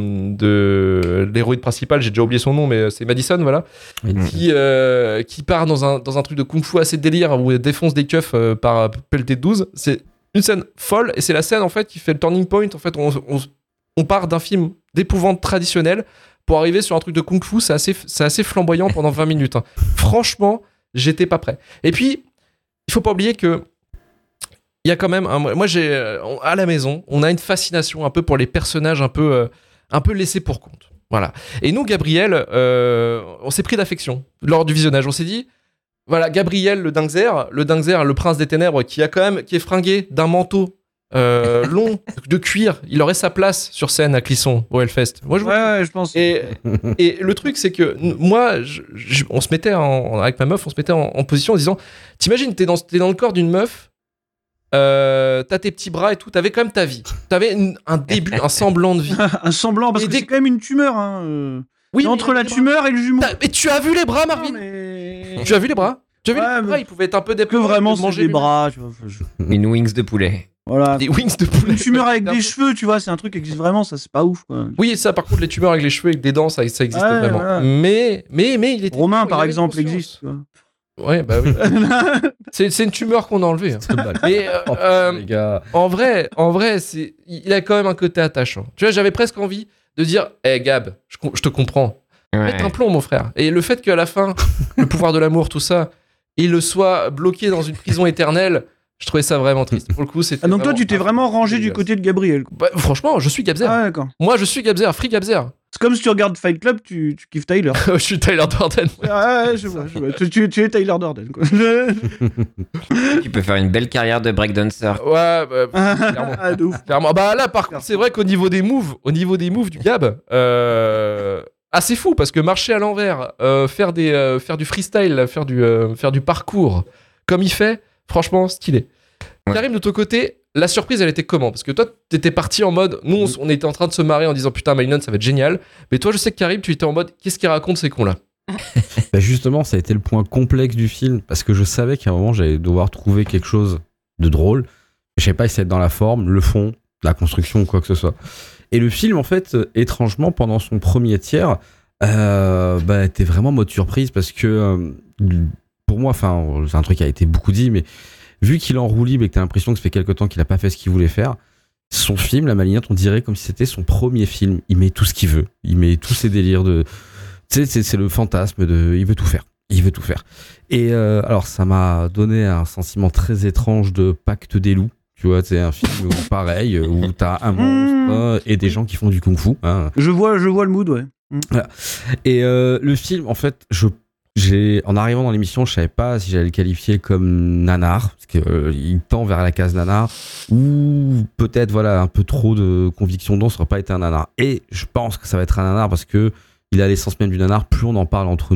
S1: de l'héroïne principale, j'ai déjà oublié son nom, mais c'est Madison, voilà, qui, euh, qui part dans un, dans un truc de kung-fu assez délire, où elle défonce des keufs euh, par pelleté de douze. C'est une scène folle, et c'est la scène, en fait, qui fait le turning point. En fait, on, on, on part d'un film d'épouvante traditionnel pour arriver sur un truc de kung-fu. C'est assez, c'est assez flamboyant pendant vingt minutes. Hein. Franchement, j'étais pas prêt. Et puis, il faut pas oublier que il y a quand même un, moi j'ai à la maison, on a une fascination un peu pour les personnages un peu euh, un peu laissés pour compte. Voilà. Et nous, Gabriel, euh, on s'est pris d'affection lors du visionnage. On s'est dit, voilà, Gabriel le Dingzer, le Dingzer, le prince des ténèbres, qui a quand même, qui est fringué d'un manteau euh, long de cuir, il aurait sa place sur scène à Clisson au Hellfest. Moi, je
S2: Ouais, ouais, je pense.
S1: et, et le truc, c'est que n- moi, je- je- on se mettait en, avec ma meuf, on se mettait en, en position en disant, t'imagines, t'es dans, t'es dans le corps d'une meuf, euh, t'as tes petits bras et tout, t'avais quand même ta vie, t'avais une- un début, un semblant de vie.
S2: Un semblant, parce
S1: Et
S2: que
S1: dès-
S2: c'est quand même une tumeur. Hein. euh.
S1: Oui,
S2: C'est
S1: mais
S2: entre la
S1: les bras-
S2: tumeur et le jumeau.
S1: T'as- Mais tu as vu les bras, Marvin?
S2: Non, mais...
S1: Tu as vu les bras? Tu as vu
S2: Ouais,
S1: les bras?
S2: mais-
S1: Ils pouvaient être un peu
S2: que
S1: dépendants
S2: vraiment
S1: de
S2: c'est
S1: manger
S2: des
S1: les-
S2: bras, tu vois. Enfin, je-
S4: Une wings de poulet.
S2: Voilà.
S1: Des wings de poulet.
S2: Une tumeur avec
S1: C'est un
S2: des
S1: peu-
S2: cheveux, tu vois, c'est un truc qui existe vraiment, ça c'est pas ouf quoi.
S1: Oui, ça, par contre, les tumeurs avec les cheveux, avec des dents, ça, ça existe
S2: Ouais,
S1: vraiment.
S2: voilà.
S1: Mais, mais, mais, il était.
S2: Romain
S1: il
S2: par
S1: avait
S2: exemple
S1: conscience.
S2: existe. Tu vois.
S1: Ouais, bah oui. c'est, c'est une tumeur qu'on a enlevée. hein. Mais euh,
S3: Oh,
S1: euh,
S3: les gars.
S1: en vrai, en vrai, c'est, il a quand même un côté attachant. Tu vois, j'avais presque envie de dire, hé Gab, je, com- je te comprends.
S4: Ouais.
S1: Mets un plomb, mon frère. Et le fait qu'à la fin, le pouvoir de l'amour, tout ça, il le soit bloqué dans une prison éternelle, je trouvais ça vraiment triste. Pour le coup, c'était.
S2: Ah, donc toi tu t'es
S1: un-
S2: vraiment rangé du
S1: dégueulasse.
S2: côté de Gabriel. quoi.
S1: Bah, franchement, je suis Gabzer.
S2: Ah d'accord.
S1: Moi, je suis Gabzer, free Gabzer.
S2: C'est comme si tu regardes Fight Club, tu, tu kiffes Tyler.
S1: je suis Tyler Durden.
S2: Ah ouais, je vois, je vois. Tu, tu- tu es Tyler Durden quoi.
S4: Tu peux faire une belle carrière de breakdancer.
S1: Ouais, bah, clairement.
S2: Ah de ouf.
S1: Clairement. Bah là, par contre, c'est vrai qu'au niveau des moves, au niveau des moves du Gab, euh, assez fou parce que marcher à l'envers, euh, faire des, euh, faire du freestyle, faire du, euh, faire du parcours, comme il fait, franchement, stylé.
S4: Ouais.
S1: Karim, de ton côté, la surprise, elle était comment? Parce que toi, t'étais parti en mode, nous, on, s- on était en train de se marrer en disant putain, Malignant, ça va être génial. Mais toi, je sais que Karim, tu étais en mode, qu'est-ce qu'ils racontent ces cons-là?
S3: Bah justement, ça a été le point complexe du film parce que je savais qu'à un moment j'allais devoir trouver quelque chose de drôle. Je savais pas si c'était dans la forme, le fond, la construction ou quoi que ce soit. Et le film, en fait, euh, étrangement, pendant son premier tiers, euh, bah, était vraiment en mode surprise parce que euh, pour moi, enfin, c'est un truc qui a été beaucoup dit, mais vu qu'il est en roue libre et que t'as l'impression que ça fait quelque temps qu'il a pas fait ce qu'il voulait faire, son film, La Malignante, on dirait comme si c'était son premier film. Il met tout ce qu'il veut, il met tous ses délires de tu sais, c'est, c'est le fantasme de il veut tout faire, il veut tout faire. Et euh, alors ça m'a donné un sentiment très étrange de Pacte des loups, tu vois, c'est un film où pareil, où t'as un monstre et des gens qui font du kung-fu. Hein.
S2: Je vois, je vois le mood, ouais.
S3: Et euh, le film, en fait, je j'ai en arrivant dans l'émission, je savais pas si j'allais le qualifier comme nanar, parce qu'il euh, tend vers la case nanar, ou peut-être voilà un peu trop de conviction dedans, ça aurait pas été un nanar. Et je pense que ça va être un nanar parce que il a l'essence même du nanar. Plus on en parle entre nous, plus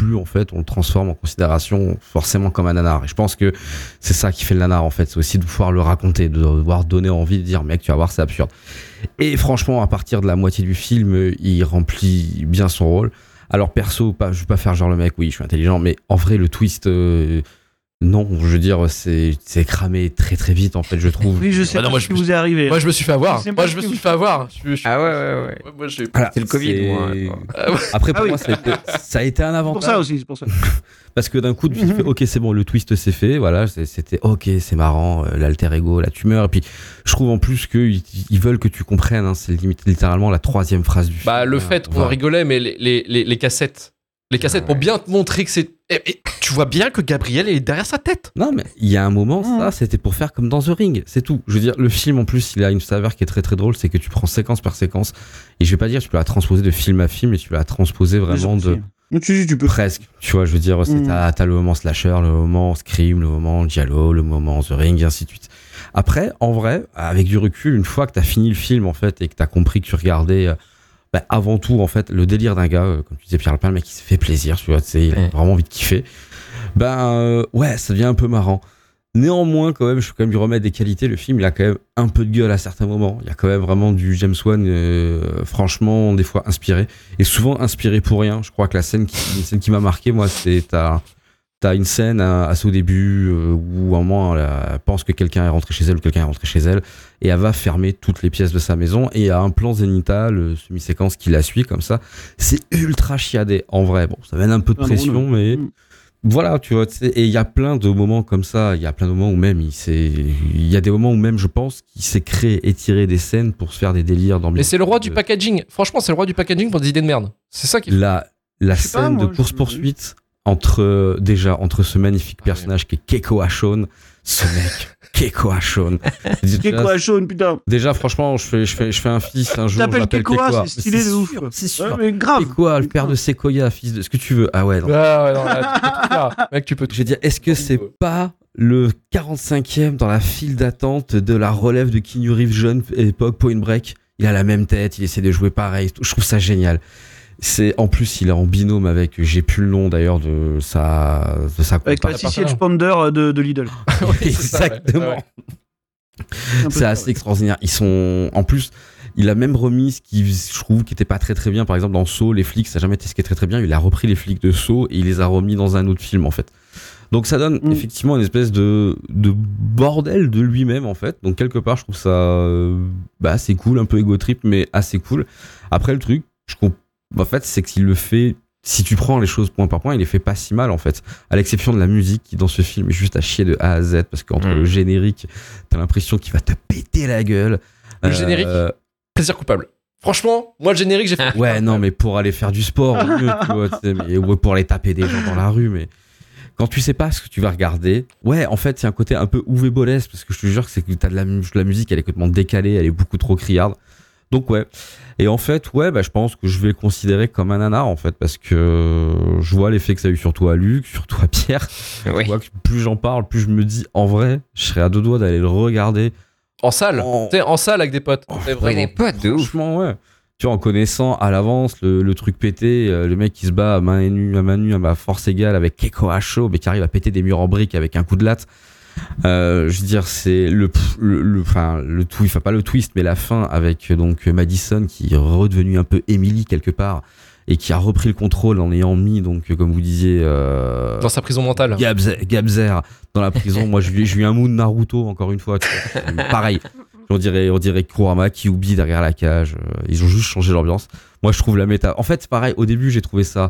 S3: plus en fait, on le transforme en considération forcément comme un nanar. Et je pense que c'est ça qui fait le nanar en fait, c'est aussi de pouvoir le raconter, de devoir donner envie de dire mec tu vas voir c'est absurde. Et franchement à partir de la moitié du film, il remplit bien son rôle. Alors perso, pas, je vais pas faire genre le mec, oui je suis intelligent, mais en vrai le twist... Euh, non, je veux dire, c'est, c'est cramé très très vite en fait, je trouve.
S2: Oui, je sais
S1: Ah non,
S2: pas
S1: moi,
S2: ce
S1: je
S2: qui
S1: me
S2: vous est arrivé.
S1: Moi, je me suis fait avoir.
S2: Je sais
S1: Moi,
S2: pas
S1: je me
S2: ce
S1: suis
S2: que
S1: fait avoir. Je, je-
S4: Ah ouais, ouais, ouais.
S1: Ouais, moi, j'ai-
S3: Voilà,
S4: C'est le Covid,
S3: c'est-
S4: moi. hein,
S1: Ah ouais.
S3: Après, pour
S2: Ah oui.
S3: moi, ça a, été, ça a été un
S2: C'est
S3: avantage.
S2: pour ça aussi, c'est pour ça.
S3: Parce que d'un coup, tu te fais, ok, c'est bon, le twist c'est fait, voilà, c'est- c'était ok, c'est marrant, euh, l'alter ego, la tumeur. Et puis, je trouve en plus qu'ils ils veulent que tu comprennes, hein, c'est limite, littéralement la troisième phrase du film.
S1: Bah, le
S3: hein,
S1: fait qu'on
S3: voilà.
S1: rigolait, mais les, les, les, les cassettes. Les cassettes
S4: Ah
S1: pour
S4: ouais.
S1: bien te montrer que c'est. Et, et tu vois bien que Gabriel est derrière sa tête.
S3: Non, mais il y a un moment, ça, c'était pour faire comme dans The Ring, c'est tout. Je veux dire, le film, en plus, il a une saveur qui est très très drôle, c'est que tu prends séquence par séquence, et je vais pas dire, tu peux la transposer de film à film, mais tu peux la transposer vraiment de.
S2: Mais tu, tu peux.
S3: Presque, tu vois, je veux dire, c'est
S2: Mm.
S3: t'as, t'as le moment slasher, le moment scream, le moment giallo, le moment The Ring, et ainsi de suite. Après, en vrai, avec du recul, une fois que t'as fini le film, en fait, et que t'as compris que tu regardais, euh, bah, avant tout, en fait, le délire d'un gars, euh, comme tu disais, Pierre Lepin, le mec qui se fait plaisir, tu vois, tu sais, il a
S4: Ouais.
S3: vraiment envie de kiffer, ben, euh, ouais, ça devient un peu marrant. Néanmoins, quand même, je peux quand même lui remettre des qualités. Le film, il a quand même un peu de gueule à certains moments. Il y a quand même vraiment du James Wan, euh, franchement, des fois inspiré. Et souvent inspiré pour rien. Je crois que la scène qui, une scène qui m'a marqué, moi, c'est t'as, t'as une scène à, assez au début euh, où, à un moment, elle, elle pense que quelqu'un est rentré chez elle ou quelqu'un est rentré chez elle. Et elle va fermer toutes les pièces de sa maison. Et il y a un plan zénithal, euh, semi-séquence qui la suit comme ça. C'est ultra chiadé, en vrai. Bon, ça mène un peu de
S2: Ah,
S3: pression,
S2: drôle.
S3: mais...
S2: Mm.
S3: Voilà, tu vois, tu sais, et il y a plein de moments comme ça, il y a plein de moments où même il s'est, il y a des moments où même je pense qu'il s'est créé et tiré des scènes pour se faire des délires d'ambiance.
S1: Mais c'est le roi du
S3: De-
S1: packaging. Franchement, c'est le roi du packaging pour des idées de merde. C'est ça qui est.
S3: La, la
S2: Je sais pas,
S3: scène
S2: moi,
S3: de
S2: je-
S3: course poursuite entre, déjà, entre ce magnifique
S1: Ah,
S3: personnage qui est Keiko Ashon, ce mec, Keiko Ashon.
S2: Keiko Ashon, putain.
S3: Déjà, franchement, je fais, je fais, je fais un fils un jour, je
S2: T'appelles
S3: l'appelle
S2: Keikoa,
S3: Keikoa.
S2: c'est stylé
S3: Mais
S2: de ouf.
S3: sûr, C'est
S2: Ouais,
S3: sûr.
S2: mais grave.
S3: Keikoa, le père de Sequoia, fils de ce que tu veux. Ah ouais, non.
S1: Ah ouais, non, là, tu peux tout faire. Mec, tu peux tout.
S3: Je veux dire, est-ce que c'est pas le quarante-cinquième dans la file d'attente de la relève de Keanu Reeves jeune, époque Point Break? Il a la même tête, il essaie de jouer pareil. Je trouve ça génial. C'est, en plus, il est en binôme avec, j'ai plus le nom d'ailleurs de sa, de sa
S2: Avec
S3: compagne.
S2: la Cissy Expander de, de Lidl.
S1: Oui, c'est ça, ouais.
S3: Exactement.
S1: Ouais.
S2: Un peu
S3: C'est
S2: ça,
S3: assez
S2: ouais.
S3: extraordinaire. Ils sont, en plus, il a même remis ce qui, je trouve, qui était pas très très bien. Par exemple, dans Saw, les flics, ça n'a jamais été ce qui est très très bien. Il a repris les flics de Saw et il les a remis dans un autre film, en fait. Donc ça donne
S2: Mm.
S3: effectivement une espèce de, de bordel de lui-même, en fait. Donc quelque part, je trouve ça, euh, bah, assez cool, un peu ego trip, mais assez cool. Après, le truc, je comp- en fait, c'est qu'il le fait. Si tu prends les choses point par point, il les fait pas si mal en fait. À l'exception de la musique qui dans ce film est juste à chier de A à Z parce qu'entre
S4: Mm.
S3: le générique, t'as l'impression qu'il va te péter la gueule.
S1: Le générique Plaisir coupable. Franchement, moi, le générique, j'ai fait.
S3: Ouais, non, mais pour aller faire du sport, au mieux, tu vois, tu sais, mais, ou pour aller taper des gens dans la rue, mais quand tu sais pas ce que tu vas regarder, ouais, en fait, il y a un côté un peu Uwe Boll parce que je te jure que c'est que t'as de la, mu- la musique, elle est complètement décalée, elle est beaucoup trop criarde. Donc ouais. Et en fait, ouais, bah, je pense que je vais le considérer comme un nanar, en fait, parce que je vois l'effet que ça a eu surtout à Luc, surtout à Pierre.
S4: Oui.
S3: Je vois que plus j'en parle, plus je me dis, en vrai, je serais à deux doigts d'aller le regarder.
S1: En salle.
S3: En-
S1: Tu sais, en salle avec des potes.
S3: Oh,
S1: C'est
S4: Ouais,
S1: vraiment.
S4: des potes de ouf.
S3: Franchement, ouais. Tu vois, en connaissant à l'avance le, le truc pété, euh, le mec qui se bat à main nue, à main nue, à ma force égale avec Keiko Asho, mais qui arrive à péter des murs en briques avec un coup de latte. Euh, je veux dire, c'est le, le, le, enfin, le tout, enfin, pas le twist, mais la fin avec, donc, Madison qui est redevenue un peu Emily quelque part et qui a repris le contrôle en ayant mis, donc, comme vous disiez, euh,
S1: Dans sa prison mentale.
S3: Gabzer, Gabzer dans la prison. Moi, je lui je lui ai un mood Naruto, encore une fois. tu vois. Pareil. On dirait, on dirait Kurama qui oublie derrière la cage. Euh, Ils ont juste changé l'ambiance. Moi, je trouve la méta. En fait, c'est pareil. Au début, j'ai trouvé ça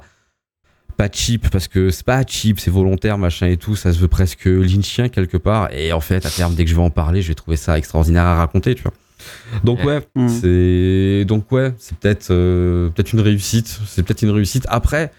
S3: pas cheap parce que c'est pas cheap, c'est volontaire, machin et tout. Ça se veut presque lynchien quelque part. Et en fait, à terme, dès que je vais en parler, je vais trouver ça extraordinaire à raconter, tu vois. Donc ouais,
S2: Mm.
S3: c'est donc ouais, c'est peut-être euh, peut-être une réussite. C'est peut-être une réussite. Après.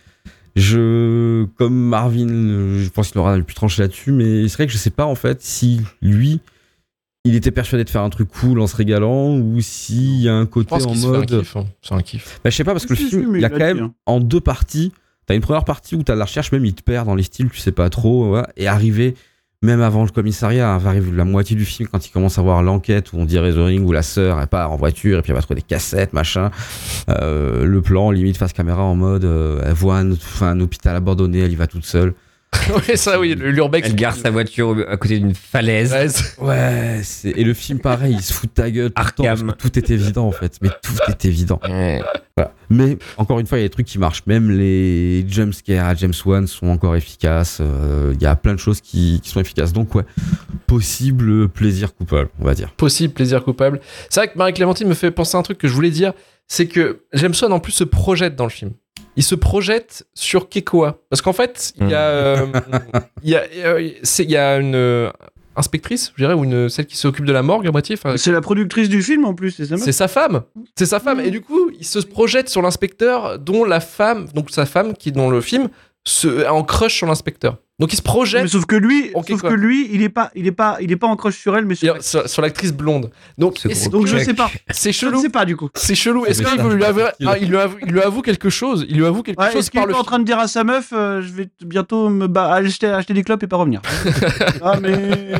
S3: Je, comme Marvin, je pense qu'il aura pu trancher là-dessus, mais c'est vrai que je sais pas en fait si lui, il était persuadé de faire un truc cool en se régalant ou s'il y a un
S1: Je
S3: côté
S1: pense
S3: en
S1: qu'il se fait un
S3: mode.
S1: kiff. hein. C'est un kiff.
S3: Bah, je sais pas parce que le
S2: Si, si,
S3: film,
S2: mais
S3: il a
S2: il
S3: quand
S2: l'a dit,
S3: même
S2: hein.
S3: en deux parties. T'as une première partie où t'as de la recherche, même il te perd dans les styles, tu sais pas trop, ouais, et arrivé même avant le commissariat, hein, arrive la moitié du film quand il commence à voir l'enquête où on dirait The Ring où la sœur elle part en voiture et puis elle va trouver des cassettes machin, euh, le plan limite face caméra en mode euh, elle voit un, enfin, un hôpital abandonné, elle y va toute seule.
S1: Ouais, ça, oui, l'urbex.
S4: Elle gare sa voiture à côté d'une falaise.
S1: Ouais, c'est-
S3: Ouais, c'est... et le film pareil, il se fout de ta gueule tout le temps, parce que
S4: Arkham.
S3: tout est évident en fait, mais tout est évident.
S4: Ouais.
S3: Voilà. Mais encore une fois, il y a des trucs qui marchent. Même les jumpscares à James Wan sont encore efficaces. Euh, Il y a plein de choses qui, qui sont efficaces. Donc ouais, possible plaisir coupable, on va dire.
S1: Possible plaisir coupable. C'est vrai que Marie-Clémentine me fait penser à un truc que je voulais dire, c'est que James Wan en plus se projette dans le film. Il se projette sur Kekoa. Parce qu'en fait, il y a, euh, il y a, euh, c'est- il y a une euh, inspectrice, je dirais, ou une, celle qui s'occupe de la morgue à moitié. Enfin,
S2: C'est la productrice du film en plus, c'est ça.
S1: c'est sa femme. C'est sa femme. Et du coup, il se projette sur l'inspecteur dont la femme, donc sa femme qui, dans le film, se, est en crush sur l'inspecteur. Donc il se projette
S2: Mais sauf que lui,
S1: Ok,
S2: sauf
S1: quoi.
S2: que lui, il est pas, il est pas, il est pas en crush sur elle, mais sur.
S1: sur, sur l'actrice blonde. Donc,
S4: Ce
S1: est-ce
S4: gros
S2: Donc je
S4: check.
S2: sais pas.
S1: c'est
S2: Je ne
S1: chelou.
S2: sais pas du coup.
S1: C'est chelou. Est-ce
S3: Mais
S1: qu'il
S3: ça,
S1: veut lui avouer,
S3: il-
S1: ah, il, lui avoue, il lui avoue quelque chose. Il lui avoue quelque
S2: Ouais,
S1: chose
S2: est-ce qu'il
S1: par
S2: est
S1: le
S2: pas en train de dire à sa meuf, euh, je vais t- bientôt me ba- aller acheter, acheter des clopes et pas revenir. Ah mais.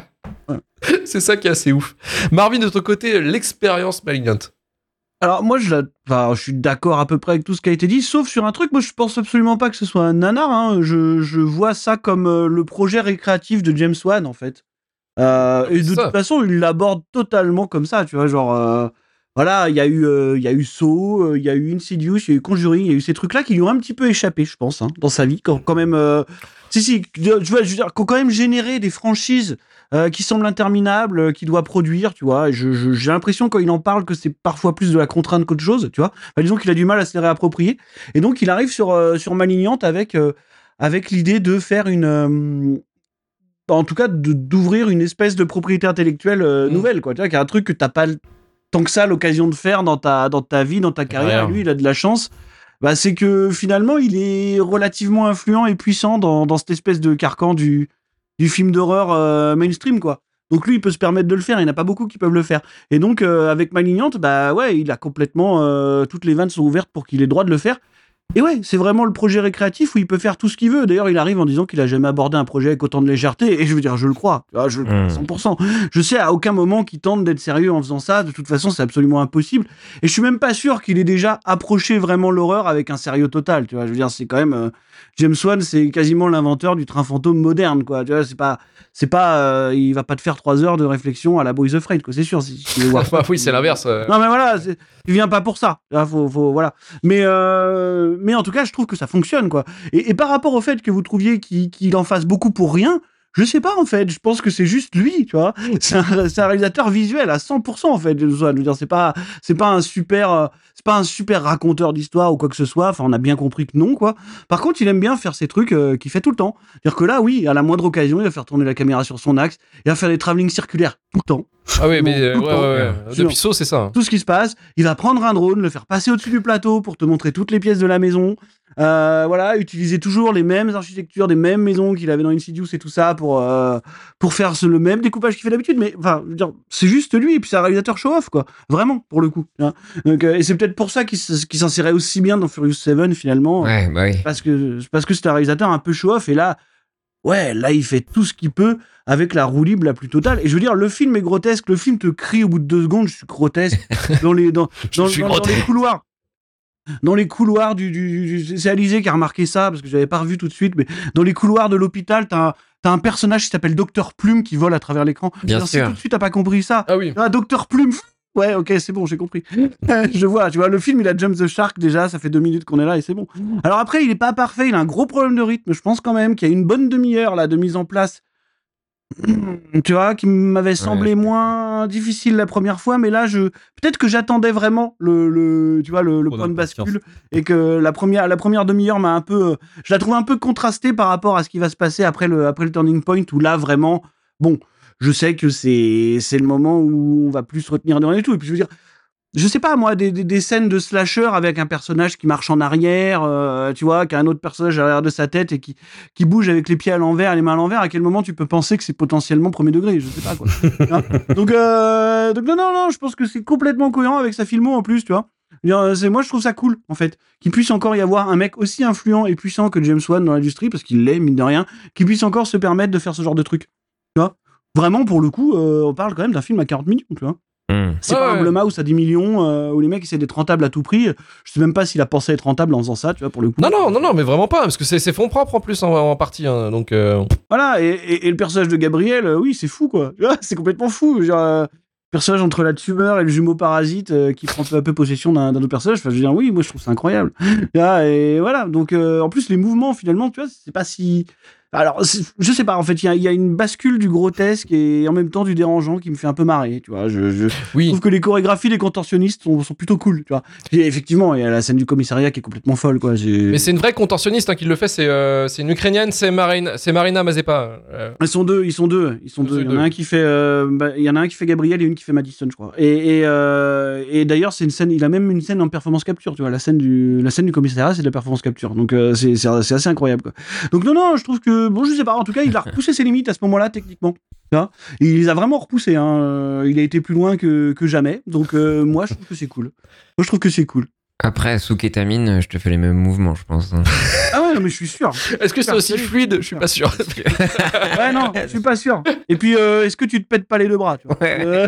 S1: C'est ça qui est assez ouf. Marvin, de ton côté, l'expérience malignante.
S2: Alors moi je la, enfin, je suis d'accord à peu près avec tout ce qui a été dit, sauf sur un truc. Moi je pense absolument pas que ce soit un nanar. Hein. Je, je vois ça comme euh, le projet récréatif de James Wan en fait. Euh, et de
S1: C'est ça.
S2: toute façon il l'aborde totalement comme ça. Tu vois genre. euh, Voilà, il y a eu, euh, il y a eu Saw, euh, il y a eu Insidious, il y a eu Conjuring, il y a eu ces trucs-là qui lui ont un petit peu échappé, je pense, hein, dans sa vie, quand, quand même. euh, Si si, je vois, je veux dire, qui ont quand même généré des franchises euh, qui semblent interminables, euh, qu'il doit produire, tu vois. Et je- je- j'ai l'impression quand il en parle que c'est parfois plus de la contrainte qu'autre chose, tu vois. Enfin, disons qu'il a du mal à se les réapproprier. Et donc il arrive sur euh, sur Malignante avec euh, avec l'idée de faire une euh, en tout cas de- d'ouvrir une espèce de propriété intellectuelle euh,
S1: Mm.
S2: nouvelle, quoi. Tu vois, qui est un truc que t'as pas l- tant que ça l'occasion de faire dans ta, dans ta vie, dans ta carrière.
S1: Rien.
S2: Et lui, il a de la chance. Bah, c'est que finalement, il est relativement influent et puissant dans, dans cette espèce de carcan du, du film d'horreur euh, mainstream, quoi. Donc lui, il peut se permettre de le faire. Il n'y en a pas beaucoup qui peuvent le faire. Et donc, euh, avec Malignante, bah ouais, il a complètement... euh, toutes les vannes sont ouvertes pour qu'il ait le droit de le faire. Et ouais, c'est vraiment le projet récréatif où il peut faire tout ce qu'il veut. D'ailleurs, il arrive en disant qu'il a jamais abordé un projet avec autant de légèreté. Et je veux dire, je le crois. Tu vois, je le crois à
S4: Mm.
S2: cent pour cent. Je sais à aucun moment qu'il tente d'être sérieux en faisant ça. De toute façon, c'est absolument impossible. Et je suis même pas sûr qu'il ait déjà approché vraiment l'horreur avec un sérieux total. Tu vois, je veux dire, c'est quand même euh, James Wan, c'est quasiment l'inventeur du train fantôme moderne, quoi. Tu vois, c'est pas, c'est pas, euh, il va pas te faire trois heures de réflexion à la Boys Afraid, quoi. C'est sûr. Si, si tu veux voir.
S1: Bah oui, c'est l'inverse. euh.
S2: Non mais voilà, c'est- il vient pas pour ça. Là, faut, faut, voilà. Mais, euh, mais en tout cas, je trouve que ça fonctionne, quoi. Et, et par rapport au fait que vous trouviez qu'il qu'il en fasse beaucoup pour rien, je sais pas en fait. Je pense que c'est juste lui, tu vois. C'est un, c'est un réalisateur visuel à cent pour cent en fait. Je veux dire, c'est pas, c'est pas un super, euh, c'est pas un super raconteur d'histoire ou quoi que ce soit. Enfin, on a bien compris que non, quoi. Par contre, il aime bien faire ces trucs euh, qu'il fait tout le temps. C'est-à-dire que là, oui, à la moindre occasion, il va faire tourner la caméra sur son axe, il va faire des travelling circulaires tout le temps.
S1: Ah oui, mais euh,
S2: Tout
S1: ouais,
S2: le temps.
S1: ouais, ouais.
S2: Sûr.
S1: Depuis Saw, c'est ça. hein.
S2: Tout ce qui se passe, il va prendre un drone, le faire passer au-dessus du plateau pour te montrer toutes les pièces de la maison. Euh, voilà, utiliser toujours les mêmes architectures, des mêmes maisons qu'il avait dans Insidious et tout ça pour, euh, pour faire ce- le même découpage qu'il fait d'habitude. Mais enfin, je veux dire, c'est juste lui, et puis c'est un réalisateur show-off, quoi. Vraiment, pour le coup. Hein. Donc, euh, et c'est peut-être pour ça qu'il s- qu'il s'insérait aussi bien dans Furious sept, finalement.
S4: Ouais, bah oui.
S2: Parce que parce que c'est un réalisateur un peu show-off, et là, ouais, là, il fait tout ce qu'il peut avec la roue libre la plus totale. Et je veux dire, le film est grotesque, le film te crie au bout de deux secondes, je suis grotesque, dans les, dans, dans,
S1: suis
S2: dans- dans
S1: grotesque.
S2: les couloirs. Dans les couloirs du, du, du- c'est Alizé qui a remarqué ça, parce que j'avais pas revu tout de suite, mais dans les couloirs de l'hôpital, t'as un, t'as un personnage qui s'appelle Docteur Plume qui vole à travers l'écran.
S4: Bien
S2: Alors, si
S4: sûr.
S2: tout de suite t'as pas compris ça.
S1: Ah oui.
S2: Ah, Docteur Plume. Ouais, ok, c'est bon, j'ai compris. Je vois, tu vois, le film, il a Jump the Shark déjà, ça fait deux minutes qu'on est là et c'est bon. Alors après, il est pas parfait, il a un gros problème de rythme. Je pense quand même qu'il y a une bonne demi-heure là de mise en place, tu vois, qui m'avait semblé moins difficile la première fois, mais là, je peut-être que j'attendais vraiment le, le, tu vois, le, le
S3: Trop
S2: point de
S3: d'impatience.
S2: bascule et que la première, la première demi-heure m'a un peu, euh, je la trouve un peu contrastée par rapport à ce qui va se passer après le, après le turning point où là vraiment, bon. Je sais que c'est c'est le moment où on va plus se retenir devant et tout. Et puis je veux dire, je sais pas moi, des, des, des scènes de slasher avec un personnage qui marche en arrière, euh, tu vois, qui a un autre personnage à l'arrière de sa tête et qui, qui bouge avec les pieds à l'envers, les mains à l'envers. À quel moment tu peux penser que c'est potentiellement premier degré? Je sais pas quoi. Hein donc, euh, donc non, non, non, je pense que c'est complètement cohérent avec sa filmo en plus, tu vois. Je veux dire, c'est, moi, je trouve ça cool, en fait, qu'il puisse encore y avoir un mec aussi influent et puissant que James Wan dans l'industrie, parce qu'il l'est, mine de rien, qui puisse encore se permettre de faire ce genre de truc. Tu vois ? Vraiment, pour le coup, euh, on parle quand même d'un film à quarante millions, tu vois.
S4: Mmh.
S2: C'est
S1: Ouais,
S2: pas
S1: ouais.
S2: un Blumhouse à dix millions euh, où les mecs essaient d'être rentables à tout prix. Je sais même pas s'il a pensé être rentable en faisant ça, tu vois, pour le coup.
S1: Non, non, non, non, mais vraiment pas, parce que c'est, c'est fonds propres en plus en, en partie. Hein, donc, euh...
S2: Voilà, et, et, et le personnage de Gabriel, euh, oui, c'est fou, quoi. Tu vois, c'est complètement fou. Genre, euh, personnage entre la tumeur et le jumeau parasite euh, qui prend peu à peu possession d'un, d'un autre personnage. Enfin, je veux dire, oui, moi, je trouve ça incroyable. Là, et voilà, donc, euh, en plus, les mouvements, finalement, tu vois, c'est pas si... Alors, c'est- je sais pas, en fait, il y a, il y a une bascule du grotesque et en même temps du dérangeant qui me fait un peu marrer, tu vois. Je, je
S1: oui.
S2: trouve que les chorégraphies des contorsionnistes sont, sont plutôt cool, tu vois. Et effectivement, il y a la scène du commissariat qui est complètement folle, quoi. J'ai...
S1: Mais c'est une vraie contorsionniste hein, qui le fait, c'est, euh, c'est une Ukrainienne, c'est Marina, c'est Marina Mazepa. Euh,
S2: Ils sont deux, ils sont deux, ils sont
S1: Ils sont
S2: deux. Il y en
S1: deux.
S2: a un qui fait, euh, bah, il y en a un qui fait Gabriel et une qui fait Madison, je crois. Et, et, euh, et d'ailleurs, c'est une scène, il a même une scène en performance capture, tu vois. La scène du, la scène du commissariat, c'est de la performance capture. Donc euh, c'est, c'est, c'est assez incroyable, quoi. Donc non, non, je trouve que, bon, je sais pas. En tout cas, il a repoussé ses limites à ce moment-là, techniquement. Tu vois. Et il les a vraiment repoussées. Hein. Euh, Il a été plus loin que, que jamais. Donc euh, moi, je trouve que c'est cool. Moi, je trouve que c'est cool.
S4: Après, sous kétamine, je te fais les mêmes mouvements, je pense. hein.
S2: Ah ouais, non, mais je suis sûr.
S1: Est-ce que c'est aussi fluide ? Je suis pas sûr.
S2: Ouais, non, je suis pas sûr. Et puis, euh, est-ce que tu te pètes pas les deux bras, tu vois
S4: Ouais.
S2: Euh,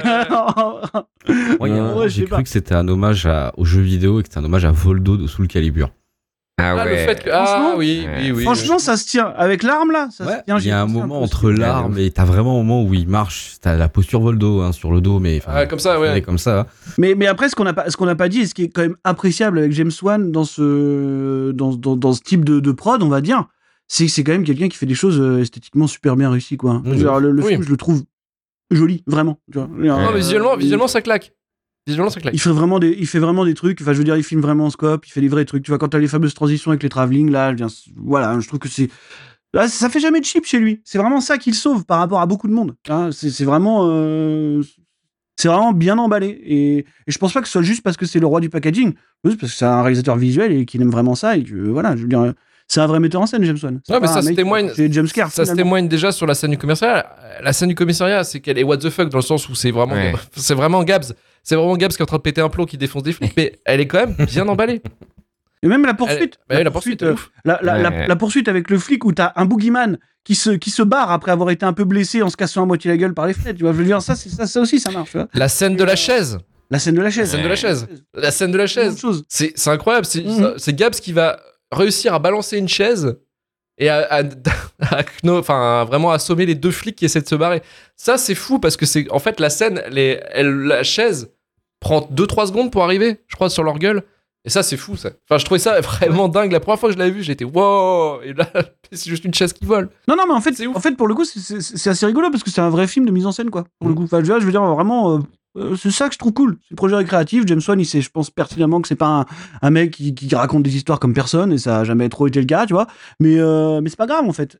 S3: Moi, il y a un
S2: Ouais,
S3: moment,
S2: je
S3: j'ai
S2: sais
S3: cru
S2: pas.
S3: que c'était un hommage à, aux jeux vidéo et que c'était un hommage à Voldo de Soul Calibur.
S4: Ah
S1: Ah,
S4: ouais.
S1: le fait que... ah
S2: Franchement,
S1: oui,
S4: ouais.
S1: oui, oui.
S2: Franchement, ça se tient. Avec l'arme, là, ça
S3: Ouais,
S2: se tient.
S3: il y a un
S2: J'ai pensé
S3: moment
S2: peu
S3: entre
S2: aussi.
S3: l'arme et t'as vraiment un moment où il marche. T'as la posture Voldo hein, sur le dos, mais enfin,
S1: Ah, comme ça, ouais.
S3: elle est comme ça.
S2: Mais, mais après, ce qu'on n'a pas, ce qu'on n'a pas dit, et ce qui est quand même appréciable avec James Wan dans ce, dans, dans, dans ce type de, de prod, on va dire, c'est que c'est quand même quelqu'un qui fait des choses euh, esthétiquement super bien réussies, quoi.
S3: Oui,
S2: Genre, le le
S1: oui.
S2: film, je le trouve joli, vraiment. Tu vois.
S1: Non,
S2: Euh,
S1: mais visuellement,
S2: il-
S1: visuellement, ça claque. Visuellement, ça claque.
S2: Il fait vraiment des, il fait vraiment des trucs. Enfin, je veux dire, il filme vraiment en scope. Il fait des vrais trucs. Tu vois, quand t'as les fameuses transitions avec les travelling, là, je viens- voilà, je trouve que c'est, là, ça fait jamais de cheap chez lui. C'est vraiment ça qu'il sauve par rapport à beaucoup de monde. Hein, c'est, c'est vraiment, euh, c'est vraiment bien emballé. Et, et je pense pas que ce soit juste parce que c'est le roi du packaging, juste parce que c'est un réalisateur visuel et qu'il aime vraiment ça et que, voilà, je veux dire, c'est un vrai metteur en scène, James Wan. C'est
S1: Ouais, mais
S2: pas
S1: ça
S2: un
S1: se
S2: mec
S1: témoigne.
S2: qui fait James Scare,
S1: Ça se
S2: finalement.
S1: témoigne déjà sur la scène du commissariat. La scène du commissariat, c'est qu'elle est what the fuck dans le sens où c'est vraiment,
S4: Ouais.
S1: c'est vraiment Gabs. C'est vraiment Gabs qui est en train de péter un plomb, qui défonce des flics, mais elle est quand même bien emballée.
S2: Et même la
S1: Elle-
S2: poursuite.
S1: bah oui, la poursuite,
S2: euh,
S1: ouf.
S2: La, la, la-
S4: Ouais.
S2: la poursuite avec le flic où t'as un boogeyman qui se, qui se barre après avoir été un peu blessé en se cassant à moitié la gueule par les fenêtres. Tu vois, je veux dire, ça, c'est, ça, ça aussi, ça marche. Tu vois.
S1: La scène de la chaise.
S2: La scène de la chaise.
S1: La scène de la chaise. La scène de la
S2: C'est autre
S1: chaise.
S2: chose.
S1: C'est, c'est incroyable. C'est,
S2: Mhm.
S1: c'est Gabs qui va réussir à balancer une chaise et à, à, à kno- enfin, à vraiment assommer les deux flics qui essaient de se barrer. Ça, c'est fou parce que c'est, en fait, la scène, les, elle, la chaise prend deux trois secondes pour arriver, je crois, sur leur gueule. Et ça, c'est fou, ça. Enfin, je trouvais ça vraiment dingue. La première fois que je l'avais vu, j'étais wow. Et là, c'est juste une chaise qui vole.
S2: Non, non, mais en fait,
S1: C'est ouf.
S2: en fait pour le coup, c'est, c'est, c'est assez rigolo parce que c'est un vrai film de mise en scène, quoi. Pour le coup. Enfin, je veux dire, je veux dire vraiment, euh, euh, c'est ça que je trouve cool. C'est le projet récréatif. James Wan, il sait, je pense pertinemment que c'est pas un, un mec qui, qui raconte des histoires comme personne et ça a jamais trop été le cas, tu vois. Mais, euh, mais c'est pas grave, en fait.